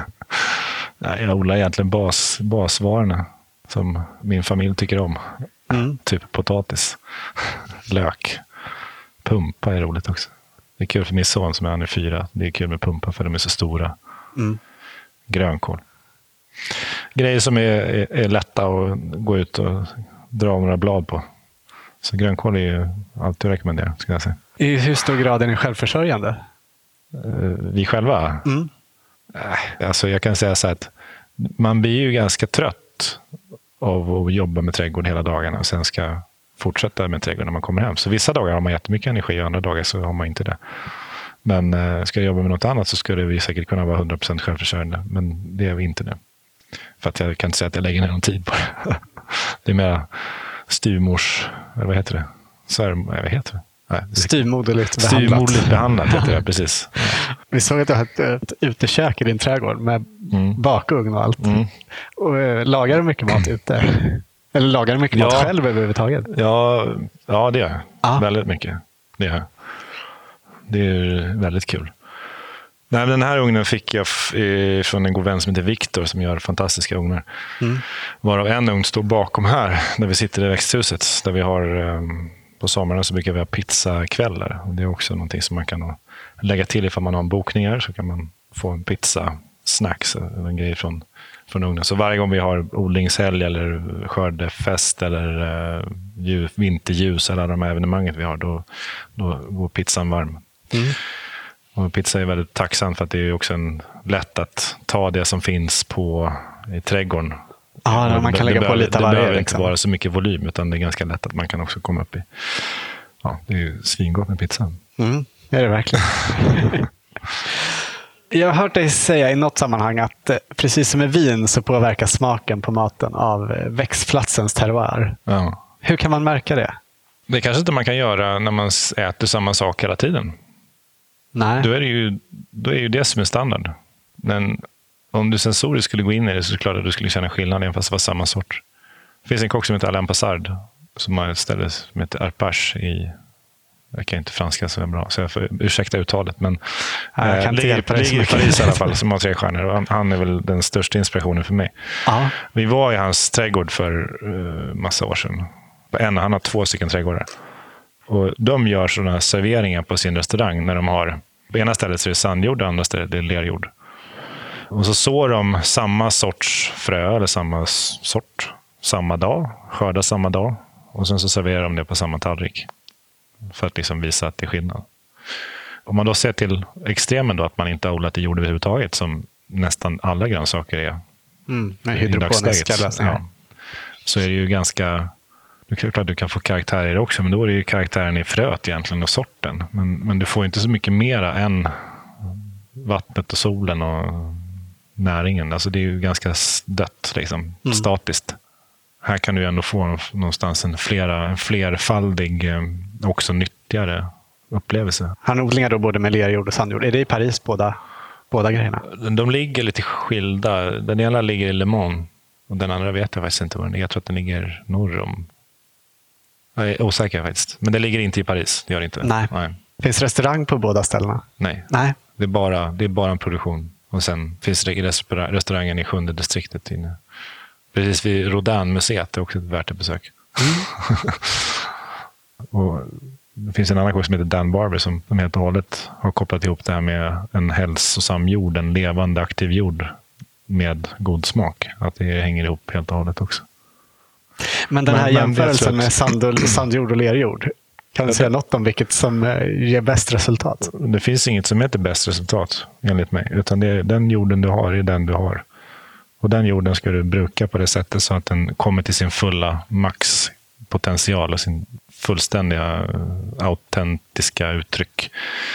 Nej, jag odlar egentligen bas, basvarorna som min familj tycker om. Mm. Typ potatis, lök, pumpa är roligt också. Det är kul för min son som är, han är fyra. Det är kul med pumpa för de är så stora. Mm. Grönkål. Grejer som är, är, är lätta att gå ut och dra några blad på. Så grönkål är ju alltid rekommenderat, ska jag säga. I hur stor grad är ni självförsörjande? Vi själva? Mm. Alltså jag kan säga så här att man blir ju ganska trött av att jobba med trädgård hela dagarna och sen ska fortsätta med trädgård när man kommer hem. Så vissa dagar har man jättemycket energi och andra dagar så har man inte det. Men eh, ska jag jobba med något annat så skulle vi säkert kunna vara hundra procent självförsörjande. Men det är vi inte nu. För att jag kan inte säga att jag lägger ner någon tid på det. Det är mer styvmors, eller vad heter det? Svärm, vad heter det? Nej, det Styvmoderligt behandlat. Styvmoderligt behandlat heter det, precis. Ja. Vi såg att du har ett, ett utekök i din trädgård med mm. bakugn och allt. Mm. Och, äh, lagar du mycket mat ute? Eller lagar du mycket ja. mat själv överhuvudtaget? Ja, ja det gör jag. Ah. Väldigt mycket. Det gör jag. Det är väldigt kul. Nej, den här ugnen fick jag f- från en god vän som heter Viktor som gör fantastiska ugnar. Mm. Varav en ugn står bakom här där vi sitter i växthuset. Där vi har, um, på sommarna så brukar vi ha pizzakvällar. Och det är också någonting som man kan lägga till ifall man har bokningar. Så kan man få en pizza, snacks, en grej från, från ugnen. Så varje gång vi har odlingshelg eller skördefest eller uh, vinterljus eller alla de här evenemanget vi har, då, då går pizzan varm. Mm. Och pizza är väldigt tacksam för att det är också en, lätt att ta det som finns på i trädgården. Ja, ja man kan det, lägga det på behöver, lite det varje. Det behöver liksom. inte vara så mycket volym utan det är ganska lätt att man kan också komma upp i. Ja, det är ju svingott med pizza. Mm, det är det verkligen. Jag har hört dig säga i något sammanhang att precis som med vin så påverkar smaken på maten av växtplatsens terroir. Ja. Hur kan man märka det? Det kanske inte man kan göra när man äter samma sak hela tiden. Nej. Då är det ju, då är ju det som är standard. Men om du sensoriskt skulle gå in i det så är det klart att du skulle känna skillnad även fast det var samma sort. Det finns en kock som heter Alain Passard som har ett ställe som heter Arpache i, jag kan inte franska så bra så jag får ursäkta uttalet, men ja, jag kan äh, ligger, ligger i Paris i alla fall som har tre stjärnor och han, han är väl den största inspirationen för mig. Ja. Vi var i hans trädgård för uh, massa år sedan. En, han har två stycken trädgårdar. Och de gör sådana serveringar på sin restaurang när de har, på ena stället så är det sandjord och andra stället är det lerjord. Och så sår de samma sorts frö eller samma sort samma dag, skördar samma dag och sen så serverar de det på samma tallrik för att liksom visa att det är skillnad. Om man då ser till extremen då att man inte har odlat i jord överhuvudtaget som nästan alla grönsaker är mm, i dagsläget, ja, så är det ju ganska. Det är klart att du kan få karaktär i det också, men då är det ju karaktären i fröet egentligen och sorten. Men, men du får inte så mycket mera än vattnet och solen och näringen. Alltså det är ju ganska dött, liksom, mm. statiskt. Här kan du ändå få någonstans en, flera, en flerfaldig, också nyttigare upplevelse. Han odlingar då både med lerjord och sandjord. Är det i Paris båda, båda grejerna? De ligger lite skilda. Den ena ligger i Le Mans och den andra vet jag faktiskt inte var den är. Jag tror att den ligger norr om. Jag är osäker faktiskt. Men det ligger inte i Paris. Det gör det inte. Nej. Nej. Finns restaurang på båda ställena? Nej. Nej. Det är bara, det är bara en produktion. Och sen finns det restaurangen i sjunde distriktet inne. Precis vid Rodin-museet. Det är också värt ett besök. Mm. Och det finns en annan kock som heter Dan Barber som, som helt och hållet har kopplat ihop det här med en hälsosam jord, en levande aktiv jord med god smak. Att det hänger ihop helt och hållet också. Men den här men, jämförelsen med sand, sandjord och lerjord, kan du säga något om vilket som ger bäst resultat? Det finns inget som heter bäst resultat enligt mig, utan det är den jorden du har är den du har. Och den jorden ska du bruka på det sättet så att den kommer till sin fulla maxpotential och sin fullständiga autentiska uttryck.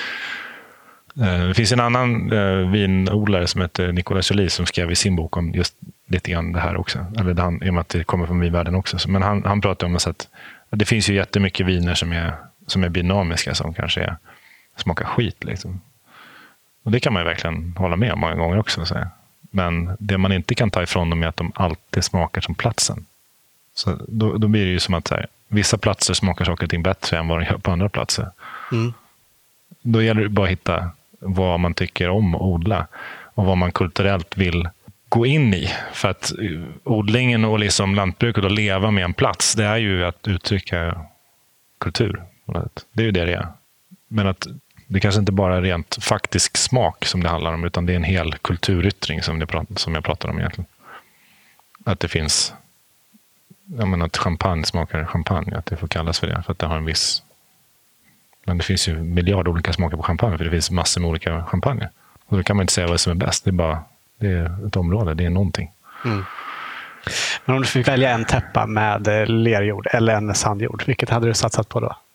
Det finns en annan vinodlare som heter Nicolas Joly som skrev i sin bok om just lite grann det här också. Eller han, i och med att det kommer från vinvärlden också. Men han, han pratar om att det finns ju jättemycket viner som är, som är biodynamiska som kanske är, smakar skit. Liksom. Och det kan man ju verkligen hålla med om många gånger också. Så. Men det man inte kan ta ifrån dem är att de alltid smakar som platsen. Så då, då blir det ju som att här, vissa platser smakar saker och ting bättre än vad de gör på andra platser. Mm. Då gäller det bara att hitta vad man tycker om att odla och vad man kulturellt vill gå in i. För att odlingen och liksom lantbruket och leva med en plats, det är ju att uttrycka kultur. Det är ju det det är. Men att det kanske inte bara är rent faktisk smak som det handlar om, utan det är en hel kulturyttring som, det prat, som jag pratar om egentligen. Att det finns, jag menar att champagne smakar champagne, att det får kallas för det, för att det har en viss... Men det finns ju miljarder olika smaker på champagne, för det finns massor med olika champagne. Och då kan man inte säga vad som är bäst, det är bara det är ett område, det är någonting. Mm. Men om du fick välja en täppa med lerjord eller en sandjord, vilket hade du satsat på då?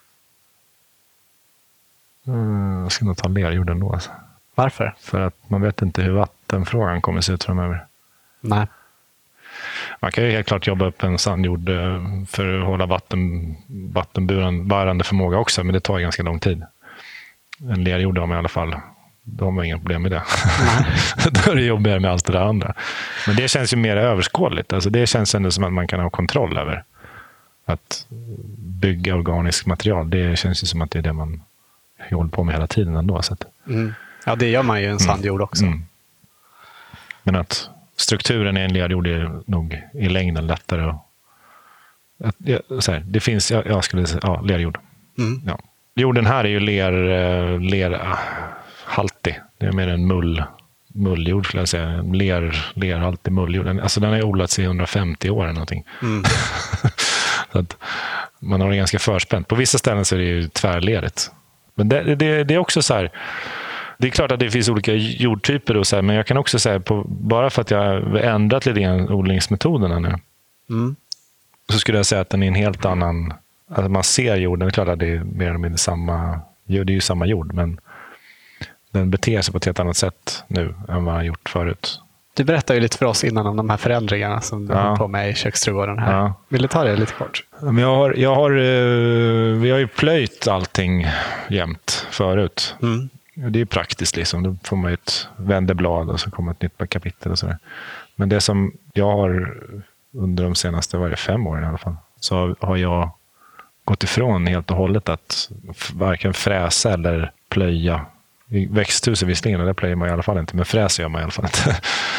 Mm, jag ska nog ta lerjorden då. Alltså. Varför? För att man vet inte hur vattenfrågan kommer se ut framöver. Nej. Man kan ju helt klart jobba upp en sandjord för att hålla vatten, vattenbärande förmåga också, men det tar ganska lång tid. En lerjord har man i alla fall, då har man inga problem med det. Då är det jobbigare med allt det där andra. Men det känns ju mer överskådligt. Alltså det känns ändå som att man kan ha kontroll över. Att bygga organiskt material, det känns ju som att det är det man håller på med hela tiden ändå. Så att, mm. Ja, det gör man ju i en sandjord mm. också. Mm. Men att strukturen i en lerjord är nog i längden lättare. Och, att, ja, så här, det finns, jag, jag skulle säga, ja, lerjord. Mm. Ja. Jorden här är ju ler, lerhaltig. Det är mer en mull, mulljord skulle jag säga. Ler, lerhaltig mulljord. Alltså den har odlats i hundrafemtio år eller någonting. Mm. Så att man har det ganska förspänt. På vissa ställen så är det ju tvärlerigt. Men det, det, det är också så här, det är klart att det finns olika jordtyper och så här, men jag kan också säga på, bara för att jag har ändrat lite grann odlingsmetoderna nu mm. så skulle jag säga att den är en helt annan, alltså man ser jorden, det är klart att det är mer eller mindre samma, det är ju samma jord, men den beter sig på ett helt annat sätt nu än vad den gjort förut. Du berättade ju lite för oss innan om de här förändringarna som du ja. har på med i köksträdgården här. Ja. Vill du ta det lite kort? Men jag har, jag har, vi har ju plöjt allting jämt förut. Mm. Det är praktiskt liksom. Då får man ett vändeblad och så kommer ett nytt kapitel och sådär. Men det som jag har under de senaste var det fem åren i alla fall, så har jag gått ifrån helt och hållet att varken fräsa eller plöja. I växthuset visserligen, där plöjer man i alla fall inte, men fräser gör man i alla fall inte.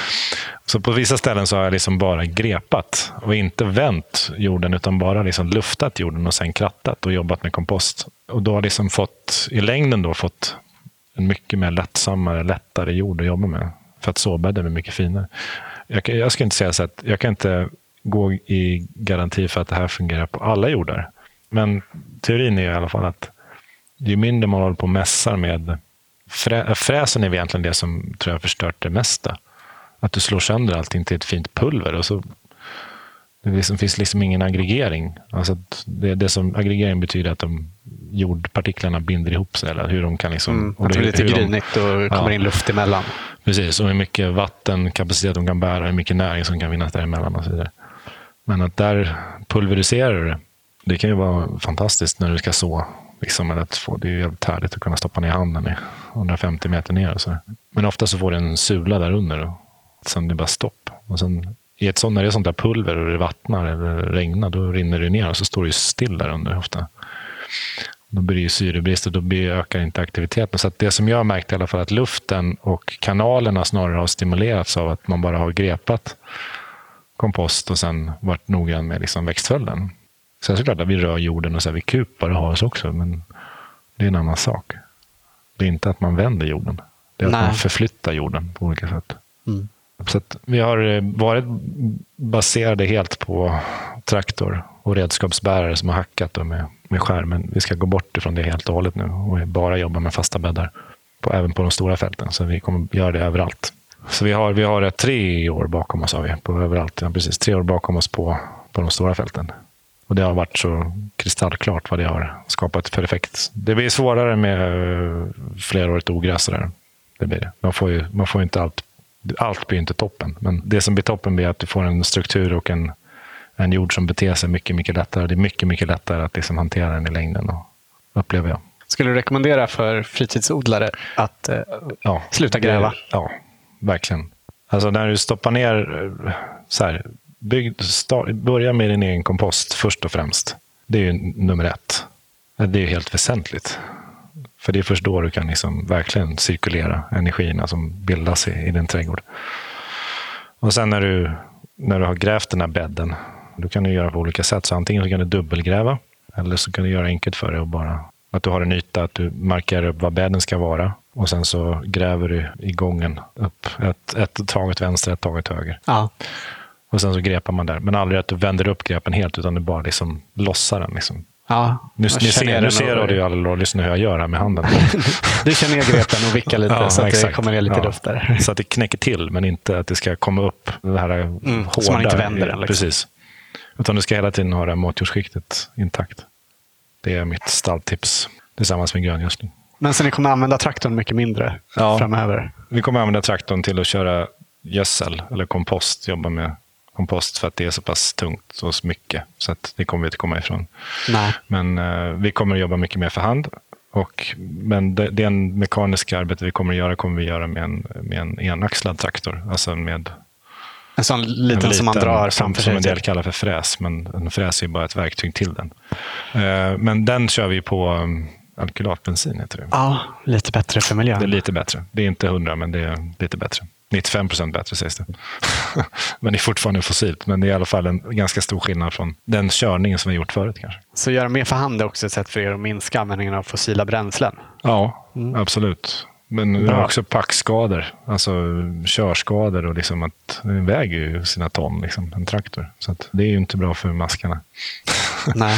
Så på vissa ställen så har jag liksom bara grepat och inte vänt jorden, utan bara liksom luftat jorden och sen krattat och jobbat med kompost. Och då har liksom fått, i längden då fått en mycket mer lättsammare, lättare jord att jobba med. För att såbädden är mycket finare. Jag, jag ska inte säga så att jag kan inte gå i garanti för att det här fungerar på alla jordar. Men teorin är i alla fall att ju mindre man håller på och mässar med frä, fräsen är egentligen det som tror jag förstört det mesta. Att du slår sönder allting till ett fint pulver och så det liksom, finns liksom ingen aggregering. Alltså det, det som aggregering betyder att de jordpartiklarna binder ihop sig, eller hur de kan liksom... Mm, och det är lite grynigt och ja, kommer in luft emellan. Precis, och hur mycket vattenkapacitet de kan bära, hur mycket näring som kan finnas däremellan och så vidare. Men att där pulveriserar det, det kan ju vara fantastiskt när du ska så. Liksom, att få, det är ju jävligt härligt att kunna stoppa ner handen i hundrafemtio meter ner. Och så. Men ofta så får det en sula där under och sen det bara stopp. Och sen i ett sånt, när det är sånt där pulver och det vattnar eller regnar, då rinner det ner och så står det ju still där under ofta. Då blir det ju syrebrist och då blir, ökar inte aktiviteten. Så att det som jag har märkt i alla fall att luften och kanalerna snarare har stimulerats av att man bara har grepat kompost och sen varit noggrann med liksom växtföljden. Sen så klart att vi rör jorden och så här, vi kupar och har oss också, men det är en annan sak. Det är inte att man vänder jorden. Det är Nej. att man förflyttar jorden på olika sätt. Mm. Så att vi har varit baserade helt på traktor och redskapsbärare som har hackat med, med skärmen. Vi ska gå bort ifrån det helt och hållet nu och bara jobba med fasta bäddar. På, även på de stora fälten. Så vi kommer göra det överallt. Så vi har, vi har tre år bakom oss har vi, på överallt. Ja, precis, tre år bakom oss på, på de stora fälten. Och det har varit så kristallklart vad det har skapat för effekt. Det blir svårare med flerårigt ogräs där. Det blir det. Man får ju man får inte allt. Allt blir inte toppen. Men det som blir toppen blir att du får en struktur och en, en jord som beter sig mycket, mycket lättare. Det är mycket, mycket lättare att liksom hantera den i längden, och, upplever jag. Skulle du rekommendera för fritidsodlare att eh, ja, sluta gräva? Det, ja, verkligen. Alltså när du stoppar ner, så här, bygg, start, börja med din egen kompost först och främst. Det är ju nummer ett. Det är ju helt väsentligt. För det är först då du kan liksom verkligen cirkulera energierna som bildas i, i din trädgård. Och sen när du, när du har grävt den här bädden, då kan du göra på olika sätt. Så antingen så kan du dubbelgräva, eller så kan du göra enkelt för dig och bara att du har en yta, att du markerar upp vad bädden ska vara. Och sen så gräver du i gången upp. Ett, ett taget vänster, ett taget höger. Ja. Och sen så grepar man där. Men aldrig att du vänder upp grepen helt, utan du bara liksom lossar den. Liksom. Ja, nu, ni ser, nu ser och... du ju alla och lyssnar hur jag gör här med handen. Du känner ner grepen och vickar lite ja, så att exakt. Det kommer ner lite ja. luft där. Så att det knäcker till, men inte att det ska komma upp det här mm, hårda. Så man inte vänder den. Liksom. Precis. Utan du ska hela tiden ha det här matjordsskiktet intakt. Det är mitt stalltips tillsammans med gröngödsling. Men så ni kommer använda traktorn mycket mindre ja, framöver? Vi kommer använda traktorn till att köra gödsel eller kompost. Jobba med kompost för att det är så pass tungt och så mycket. Så att det kommer vi inte komma ifrån. Nej. Men uh, vi kommer att jobba mycket mer för hand. Och, men det, det mekaniska arbete vi kommer att göra kommer vi göra med en, med en enaxlad traktor. Alltså med en sån liten, en liten som man drar framför sig. Som en del kallar för fräs. Men en fräs är bara ett verktyg till den. Uh, men den kör vi på um, alkylatbensin, heter det. Ja, lite bättre för miljön. Det är lite bättre. Det är inte hundra, men det är lite bättre. nittiofem procent bättre sägs det. Men det är fortfarande fossilt. Men det är i alla fall en ganska stor skillnad från den körningen som vi gjort förut kanske. Så göra mer för hand är också ett sätt för er att minska användningen av fossila bränslen? Ja, mm. absolut. Men det är också packskador. Alltså körskador och liksom att den väger ju sina ton, liksom, en traktor. Så att det är ju inte bra för maskarna. Nej.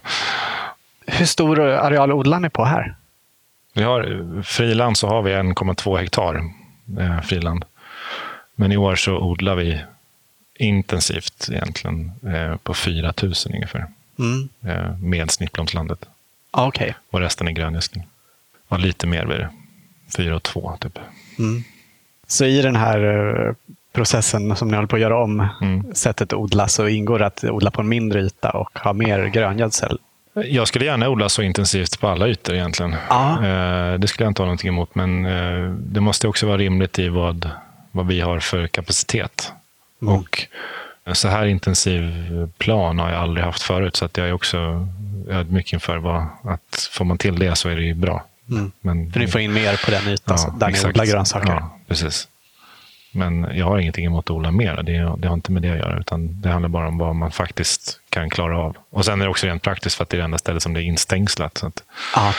Hur stor areal odlar ni på här? Vi har friland så har vi en komma två hektar eh, friland. Men i år så odlar vi intensivt egentligen eh, på fyra tusen ungefär. Mm. Eh, med snittblomslandet. Okej. Okay. Och resten är gröngödsling. Och lite mer blir det. fyra och två typ. Mm. Så i den här processen som ni håller på att göra om mm. sättet att odla, så ingår det att odla på en mindre yta och ha mer gröngödsel? Jag skulle gärna odla så intensivt på alla ytor egentligen. Ja. Det skulle jag inte ha någonting emot, men det måste också vara rimligt i vad, vad vi har för kapacitet. Mm. Och så här intensiv plan har jag aldrig haft förut, så att jag är också ödmjuk inför vad, att får man till det så är det ju bra. Mm. Men, för ni får in mer på den ytan ja, där exakt. Ni odlar grönsaker. Ja, precis. Men jag har ingenting emot att odla mer. Det, det har inte med det att göra, utan det handlar bara om vad man faktiskt kan klara av. Och sen är det också rent praktiskt för att det är det enda stället som det är instängslat. Så att,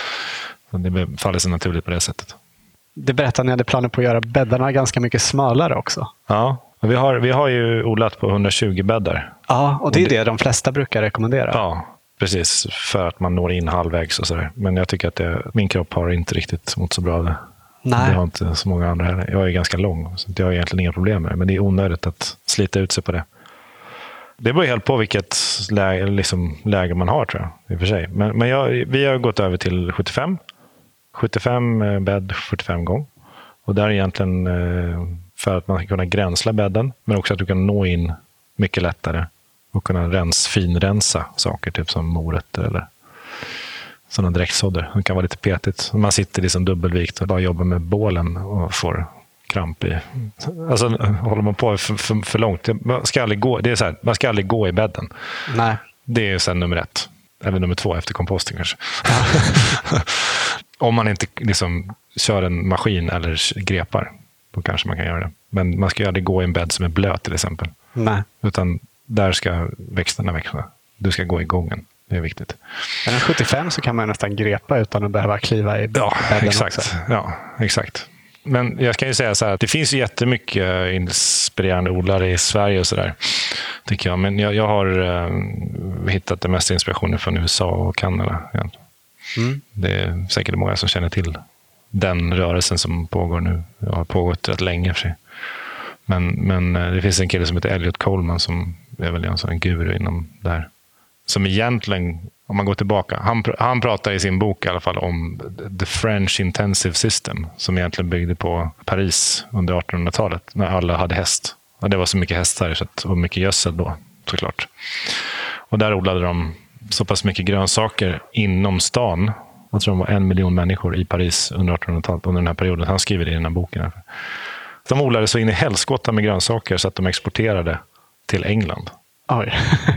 så det faller sig naturligt på det sättet. Det berättade ni hade planer på att göra bäddarna ganska mycket smalare också. Ja, vi har, vi har ju odlat på hundratjugo bäddar. Ja, och det är och det, det de flesta brukar rekommendera. Ja, precis. För att man når in halvvägs och sådär. Men jag tycker att det, min kropp har inte riktigt mått så bra av det. Nej. Det har inte så många andra heller. Jag är ganska lång, så jag har egentligen inga problem med det. Men det är onödigt att slita ut sig på det. Det beror helt på vilket läge, liksom, läge man har, tror jag. I och för sig. Men, men jag, vi har gått över till sjuttiofem. sjuttiofem bädd, fyrtiofem gång. Och där är egentligen för att man ska kunna gränsla bädden. Men också att du kan nå in mycket lättare. Och kunna rens, finrensa saker, typ som morötter eller sådana direktsådder. Det kan vara lite petigt. Man sitter liksom dubbelvikt och bara jobbar med bålen och får kramp i. Alltså håller man på för, för, för långt. Man ska aldrig gå, det är så här, man ska aldrig gå i bädden. Nej. Det är sen nummer ett. Eller nummer två efter komposten kanske. Ja. Om man inte liksom kör en maskin eller grepar, då kanske man kan göra det. Men man ska aldrig gå i en bädd som är blöt till exempel. Nej. Utan där ska växterna växa. Du ska gå i gången. Det är viktigt. Men sjuttiofem så kan man nästan grepa utan att behöva kliva i bädden. Ja, exakt. Också. Ja, exakt. Men jag kan ju säga så här att det finns jättemycket inspirerande odlare i Sverige och sådär, tycker jag. Men jag, jag har uh, hittat det mesta inspirationen från U S A och Kanada. Mm. Det är säkert många som känner till den rörelsen som pågår nu. Jag har pågått rätt länge för sig. Men, men det finns en kille som heter Elliot Coleman som är väl en sån guru inom det här. Som egentligen, om man går tillbaka, han, han pratar i sin bok i alla fall om The French Intensive System, som egentligen byggde på Paris under artonhundratalet, när alla hade häst. Och det var så mycket hästar så att, och mycket gödsel då, såklart. Och där odlade de så pass mycket grönsaker inom stan. Jag tror det var en miljon människor i Paris under artonhundratalet, under den här perioden. Han skriver det i den här boken. De odlade så in i helskotta med grönsaker så att de exporterade till England. Oj.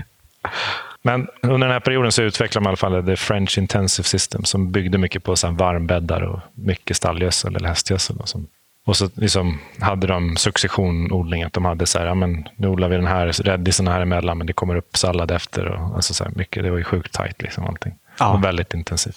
Men under den här perioden så utvecklade man i alla fall The French Intensive System som byggde mycket på så här varmbäddar och mycket stallgödsel eller hästgödsel. Och, så. och så liksom hade de successionodling, att de hade så här, ja, men nu odlar vi den här räddisen här emellan, men det kommer upp sallad efter. Och, alltså så här mycket, det var ju sjukt tajt liksom allting. Ja. Och väldigt intensivt.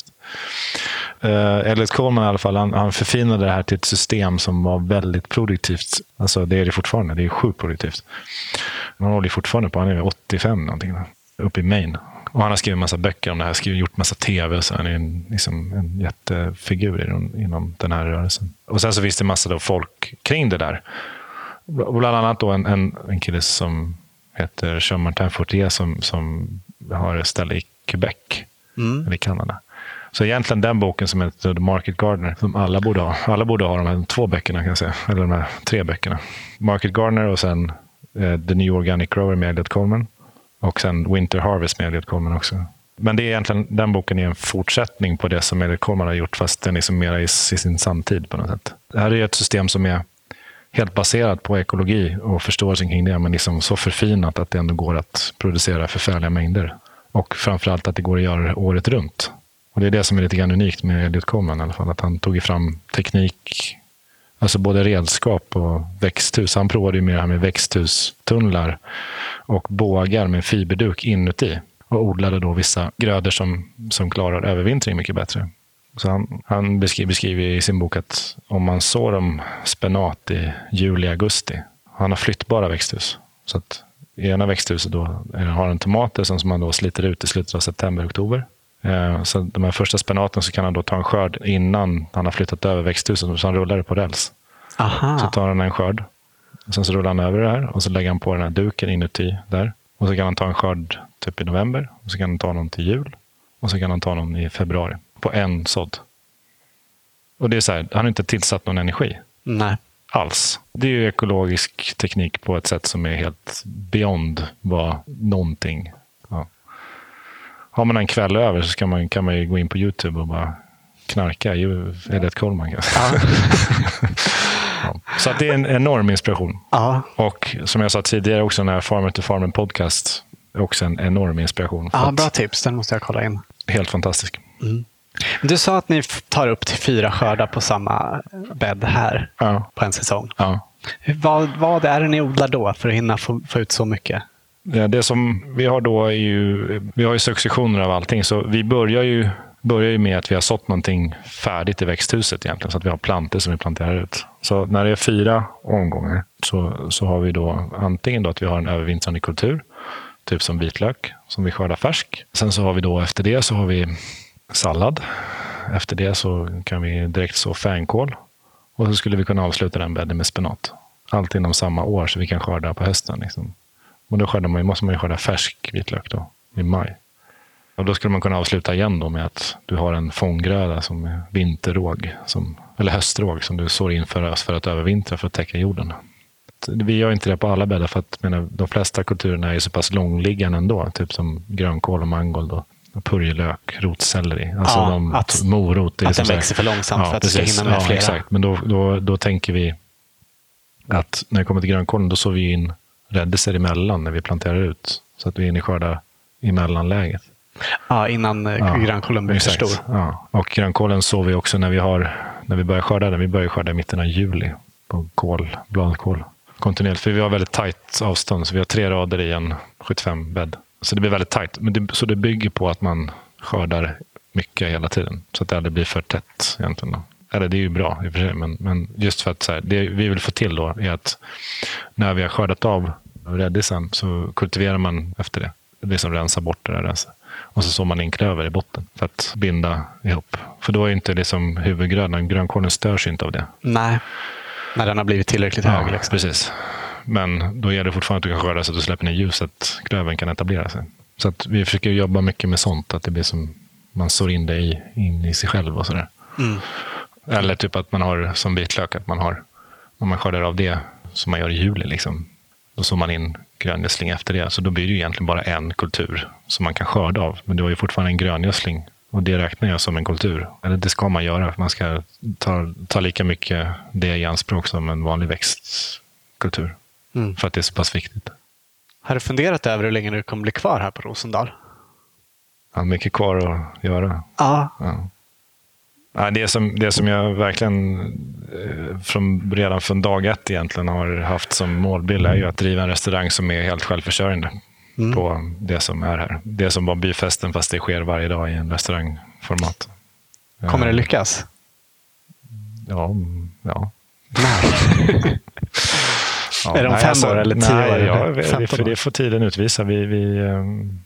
Uh, Elliot Coleman i alla fall, han, han förfinade det här till ett system som var väldigt produktivt. Alltså det är det fortfarande, det är sjukt produktivt. Han håller fortfarande på, han är åttiofem någonting då, uppe i Maine. Och han har skrivit en massa böcker om det här, skrivit, gjort massa tv, så han är en, liksom, en jättefigur inom, inom den här rörelsen. Och sen så finns det en massa då folk kring det där. Bland annat då en, en, en kille som heter Jean-Martin Fortier som, som har ett ställe i Quebec, mm. eller i Kanada. Så egentligen den boken som heter The Market Gardener, som alla borde ha. Alla borde ha de här två böckerna kan jag säga, eller de här tre böckerna. Market Gardener och sen eh, The New Organic Grower med Elliot Coleman. Och sen Winter Harvest med Elliot Coleman också. Men det är egentligen, den boken är en fortsättning på det som Elliot Coleman har gjort, fast den är som mer i, i sin samtid på något sätt. Det här är ett system som är helt baserat på ekologi och förståelsen kring det, men liksom så förfinat att det ändå går att producera förfärliga mängder. Och framförallt att det går att göra det året runt. Och det är det som är lite grann unikt med Elliot Coleman i alla fall, att han tog fram teknik, alltså både redskap och växthus. Han provade ju mer här med växthustunnlar och bågar med fiberduk inuti och odlade då vissa grödor som, som klarar övervintring mycket bättre. Så han, han beskriver, beskriver i sin bok att om man sår om spenat i juli, augusti, han har flyttbara växthus. Så att i ena växthuset då har en tomater som man då sliter ut i slutet av september, oktober. Så de här första spenaten så kan han då ta en skörd innan han har flyttat över växthuset, så han rullar det på räls. Aha. Så tar han en skörd. Och sen så rullar han över det här och så lägger han på den här duken inuti där. Och så kan han ta en skörd typ i november. Och så kan han ta någon till jul. Och så kan han ta någon i februari. På en sådd. Och det är så här, han har inte tillsatt någon energi. Nej. Alls. Det är ju ekologisk teknik på ett sätt som är helt beyond vad någonting. Ja. Har man en kväll över så kan man, kan man ju gå in på YouTube och bara knarka. Elliot Coleman kanske. Ja. Ja. Så att det är en enorm inspiration. Ja. Och som jag sa tidigare också, den här Farmer to Farmer podcast är också en enorm inspiration. Ja, bra tips. Den måste jag kolla in. Helt fantastisk. Mm. Du sa att ni tar upp till fyra skördar på samma bädd här, ja, på en säsong. Ja. Vad, vad är det ni odlar då för att hinna få, få ut så mycket? Ja, det som vi har då är ju, vi har ju successioner av allting. Så vi börjar ju, börjar ju med att vi har sått någonting färdigt i växthuset egentligen. Så att vi har plantor som vi planterar ut. Så när det är fyra omgångar så, så har vi då antingen då att vi har en övervintrande kultur. Typ som vitlök som vi skördar färsk. Sen så har vi då efter det så har vi sallad. Efter det så kan vi direkt så fänkål. Och så skulle vi kunna avsluta den bädden med spenat. Allt inom samma år så vi kan skörda på hösten. Liksom. Och då skördar man, måste man ju skörda färsk vitlök då, i maj. Och då skulle man kunna avsluta igen då med att du har en fånggröda som är vinterråg, som, eller höstråg som du sår in för, för att övervintra för att täcka jorden. Vi gör inte det på alla bäddar för att menar, de flesta kulturerna är så pass långliggande ändå. Typ som grönkål och mangold och purjolök, rotselleri. Alltså ja, de, att, morot. Att den växer för långsamt ja, för att det ska hinna med ja, flera. Exakt. Men då, då, då tänker vi att när det kommer till grönkålen då sår vi in räddiser emellan när vi planterar ut. Så att vi är inne i skörda i mellanläget. Ja, innan ja, grönkålen blir för stor. Ja. Och grönkålen sår vi också när vi, har, när vi börjar skörda den. Vi börjar skörda i mitten av juli på kål, bladkål. Kontinuerligt, för vi har väldigt tajt avstånd. Så vi har tre rader i en sjuttiofem bädd. Så det blir väldigt tajt. Men det, så det bygger på att man skördar mycket hela tiden. Så att det aldrig blir för tätt egentligen. Då. Eller det är ju bra i och för sig. Men, men just för att så här, det vi vill få till då är att när vi har skördat av räddisen så kultiverar man efter det. Det blir som rensa bort det där. Rensa. Och så sår man in klöver i botten för att binda ihop. För då är inte det som huvudgrödan. Grönkålen störs inte av det. Nej, när den har blivit tillräckligt hög. Ja, liksom. Precis. Men då gäller det fortfarande att du kan skörda så att du släpper ner ljuset. Klövern kan etablera sig. Så att vi försöker jobba mycket med sånt. Att det blir som man sår in det i, in i sig själv och sådär. Mm. Eller typ att man har som vitlök. Att man har, om man skördar av det som man gör i juli. Liksom, då sår man in gröngödsling efter det. Så då blir det ju egentligen bara en kultur som man kan skörda av. Men du har ju fortfarande en gröngödsling Och det räknar jag som en kultur. Eller det ska man göra. Man ska ta, ta lika mycket det i anspråk som en vanlig växtkultur. Mm. För att det är så pass viktigt. Har du funderat över hur länge du kommer bli kvar här på Rosendal? Ja, mycket kvar att göra. Ja. Ja. Ja, det, som, det som jag verkligen från, redan från dag ett egentligen har haft som målbild är ju att driva en restaurang som är helt självförsörjande mm. på det som är här. Det som var byfesten fast det sker varje dag i en restaurangformat. Kommer det lyckas? Ja. ja. Nej. Ja, är det om nej, fem alltså, år eller tio nej, år? Ja, det, för det får tiden utvisa. Vi, vi, um,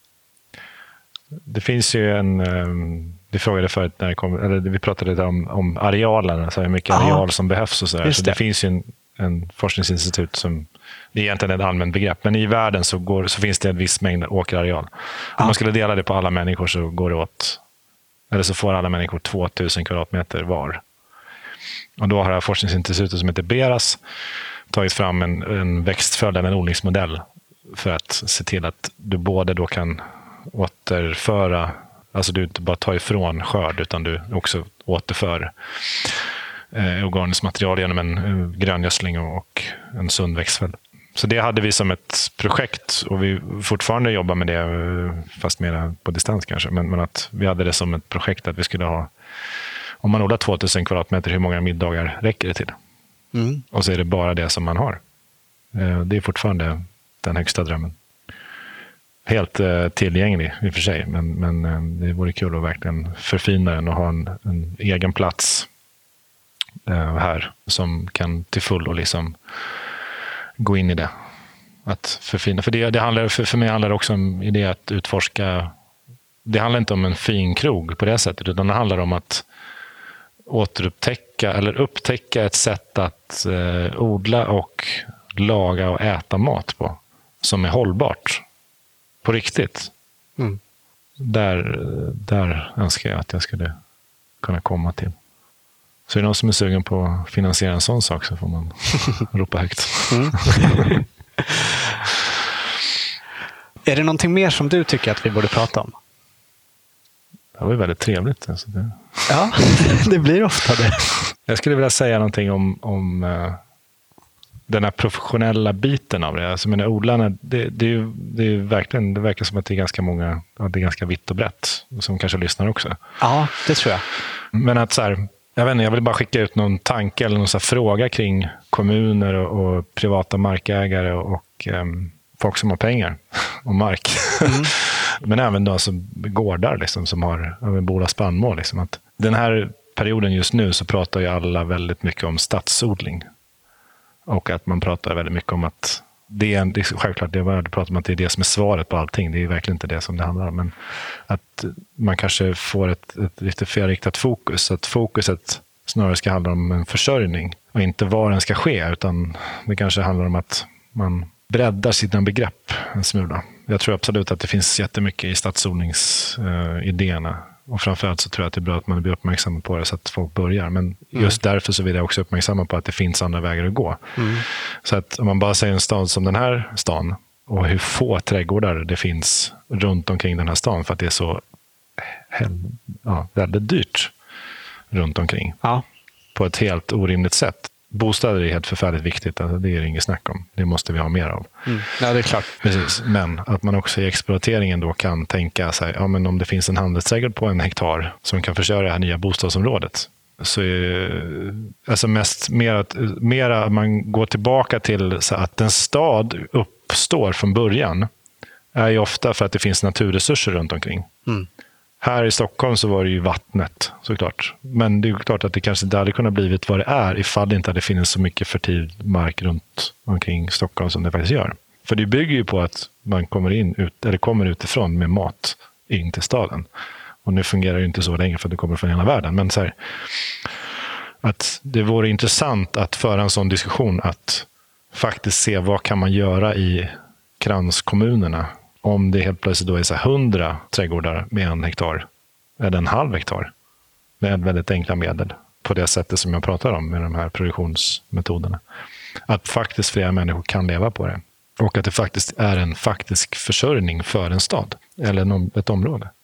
det finns ju en... Um, vi frågade förut när det kom, eller vi pratade om, om arealen, alltså hur mycket areal Aha. som behövs och så där. Så det. det finns ju en, en forskningsinstitut som... Det är egentligen ett allmänt begrepp. Men i världen så, går, så finns det en viss mängd åkerareal. Om ja. man skulle dela det på alla människor så går det åt... Eller så får alla människor tvåtusen kvadratmeter var. Och då har det här forskningsinstitutet som heter Beras tagit fram en, en växtföljd, en odlingsmodell för att se till att du både då kan återföra, alltså du inte bara tar ifrån skörd utan du också återför eh, organiskt material genom en uh, gröngödsling och, och en sund växtföljd. Så det hade vi som ett projekt och vi fortfarande jobbar med det, fast mer på distans kanske, men, men att vi hade det som ett projekt att vi skulle ha, om man odlar tvåtusen kvadratmeter, hur många middagar räcker det till? Mm. Och så är det bara det som man har. Det är fortfarande den högsta drömmen. Helt tillgänglig i och för sig, men, men det vore kul att verkligen förfina den och ha en, en egen plats här som kan till full och liksom gå in i det. Att förfina. För, det, det handlar, för, för mig handlar det också om idé att utforska. Det handlar inte om en fin krog på det sättet, utan det handlar om att återupptäcka eller upptäcka ett sätt att eh, odla och laga och äta mat på som är hållbart på riktigt. Mm. Där, där önskar jag att jag skulle kunna komma till. Så är det någon som är sugen på att finansiera en sån sak så får man ropa högt. Mm. Är det någonting mer som du tycker att vi borde prata om? Det var ju väldigt trevligt. Alltså det... Ja, det blir ofta det. Jag skulle vilja säga någonting om, om uh, den här professionella biten av det. Alltså, men odlarna, det, det, är ju, det, är verkligen, det verkar som att det är ganska många, ja, det är ganska vitt och brett, som kanske lyssnar också. Ja, det tror jag. Men att så här, jag vet inte, jag vill bara skicka ut någon tanke eller någon så här fråga kring kommuner och, och privata markägare och, och um, folk som har pengar och mark. Mm. Men även då alltså gårdar liksom, som har bor av spannmål. Liksom, att den här perioden just nu så pratar ju alla väldigt mycket om stadsodling. Och att man pratar väldigt mycket om att det är, det är självklart det var, pratar man att det är det som är svaret på allting. Det är verkligen inte det som det handlar om. Men att man kanske får ett, ett lite felriktat fokus. Att fokuset snarare ska handla om en försörjning och inte var den ska ske. Utan det kanske handlar om att man breddar sina begrepp en smula. Jag tror absolut att det finns jättemycket i stadsodlingsidéerna. Uh, och framförallt så tror jag att det är bra att man blir uppmärksam på det så att folk börjar. Men just mm. därför så vill jag också uppmärksamma på att det finns andra vägar att gå. Mm. Så att om man bara säger en stad som den här stan och hur få trädgårdar det finns runt omkring den här stan för att det är så ja, väldigt dyrt runt omkring. Ja. På ett helt orimligt sätt. Bostäder är helt förfärligt viktigt. Alltså det är det inget snack om. Det måste vi ha mer av. Mm. Ja, det är klart. Precis. Men att man också i exploateringen då kan tänka sig, ja, men om det finns en handelsträdgård på en hektar som kan försörja det här nya bostadsområdet. Så är alltså mest mer att, mer att man går tillbaka till så att en stad uppstår från början är ju ofta för att det finns naturresurser runt omkring. Mm. Här i Stockholm så var det ju vattnet såklart. Men det är ju klart att det kanske inte hade kunnat blivit vad det är ifall det inte hade funnits så mycket fertil mark runt omkring Stockholm som det faktiskt gör. För det bygger ju på att man kommer in ut, eller kommer utifrån med mat in till staden. Och nu fungerar det inte så länge för att det kommer från hela världen. Men så här, att det vore intressant att föra en sån diskussion att faktiskt se vad kan man göra i kranskommunerna. Om det helt plötsligt då är så hundra trädgårdar med en hektar eller en halv hektar med väldigt enkla medel på det sättet som jag pratar om med de här produktionsmetoderna. Att faktiskt flera människor kan leva på det. Och att det faktiskt är en faktisk försörjning för en stad eller ett område.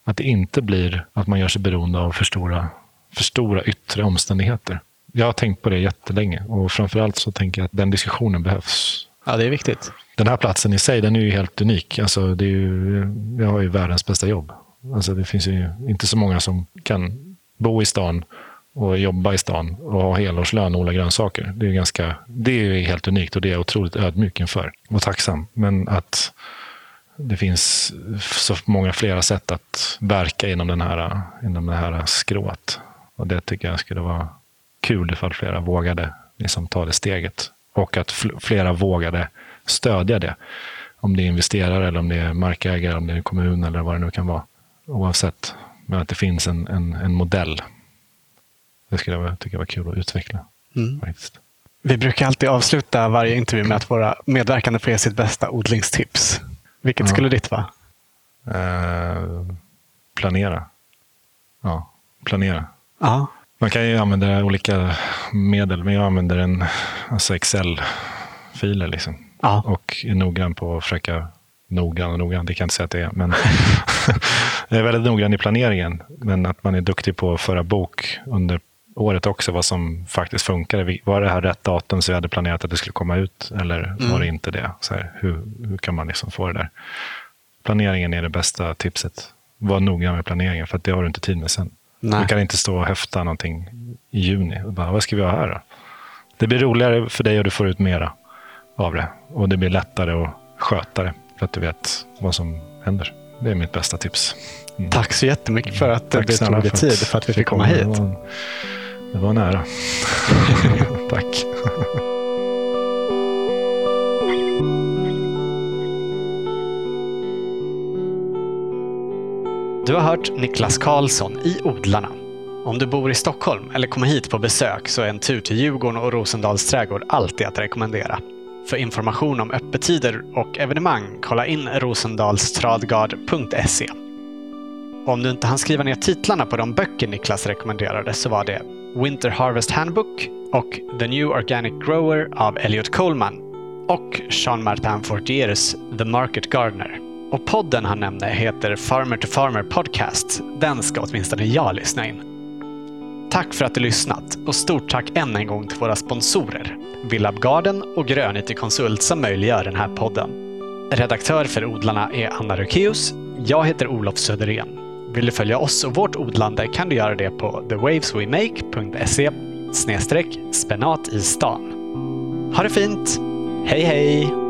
Att det inte blir att man gör sig beroende av för stora, för stora yttre omständigheter. Jag har tänkt på det jättelänge och framförallt så tänker jag att den diskussionen behövs. Ja, det är viktigt. Den här platsen i sig, den är ju helt unik. Alltså, det är ju, jag har ju världens bästa jobb. Alltså, det finns ju inte så många som kan bo i stan och jobba i stan och ha helårslön och odla grönsaker. Det är ju ganska, det är ju helt unikt och det är jag otroligt ödmjuk inför och tacksam. Men att det finns så många flera sätt att verka inom den här, inom det här skrået. Och det tycker jag skulle vara kul ifall flera vågade liksom ta det steget. Och att flera vågade stödja det. Om det är investerare eller om det är markägare eller om det är kommun eller vad det nu kan vara. Oavsett. Men att det finns en, en, en modell. Det skulle jag tycka var kul att utveckla. Mm. Faktiskt. Vi brukar alltid avsluta varje intervju med att våra medverkande får ge sitt bästa odlingstips. Vilket ja. skulle ditt vara? Eh, planera. Ja, planera. Ja. Man kan ju använda olika medel, men jag använder en alltså Excel-filer liksom. Ja. Och är noggrann på att försöka, noggrann och noggrann, det kan jag inte säga att det är, men jag är väldigt noggrann i planeringen, men att man är duktig på att föra bok under året också, vad som faktiskt funkar. Var det här rätt datum så vi hade planerat att det skulle komma ut, eller mm. var det inte det? Så här, hur, hur kan man liksom få det där? Planeringen är det bästa tipset. Var noggrann med planeringen, för att det har du inte tid med sen. Nej. Du kan inte stå och höfta någonting i juni. Bara, vad ska vi ha här då? Det blir roligare för dig och du får ut mera av det. Och det blir lättare att sköta det för att du vet vad som händer. Det är mitt bästa tips. Mm. Tack så jättemycket för att du tog dig tid för att vi fick komma hit. Det var, det var nära. Tack. Du har hört Niklas Karlsson i Odlarna. Om du bor i Stockholm eller kommer hit på besök så är en tur till Djurgården och Rosendals trädgård alltid att rekommendera. För information om öppettider och evenemang, kolla in rosendalstradgard punkt se. Om du inte hann skriva ner titlarna på de böcker Niklas rekommenderade så var det Winter Harvest Handbook och The New Organic Grower av Elliot Coleman och Jean-Martin Fortiers The Market Gardener. Och podden han nämnde heter Farmer to Farmer Podcast. Den ska åtminstone jag lyssna in. Tack för att du lyssnat och stort tack än en gång till våra sponsorer Villab Garden och Grön I T Konsult som möjliggör den här podden. Redaktör för Odlarna är Anna Rukeus. Jag heter Olof Söderén. Vill du följa oss och vårt odlande kan du göra det på the waves we make punkt se snedstreck spenat i stan. Ha det fint! Hej hej!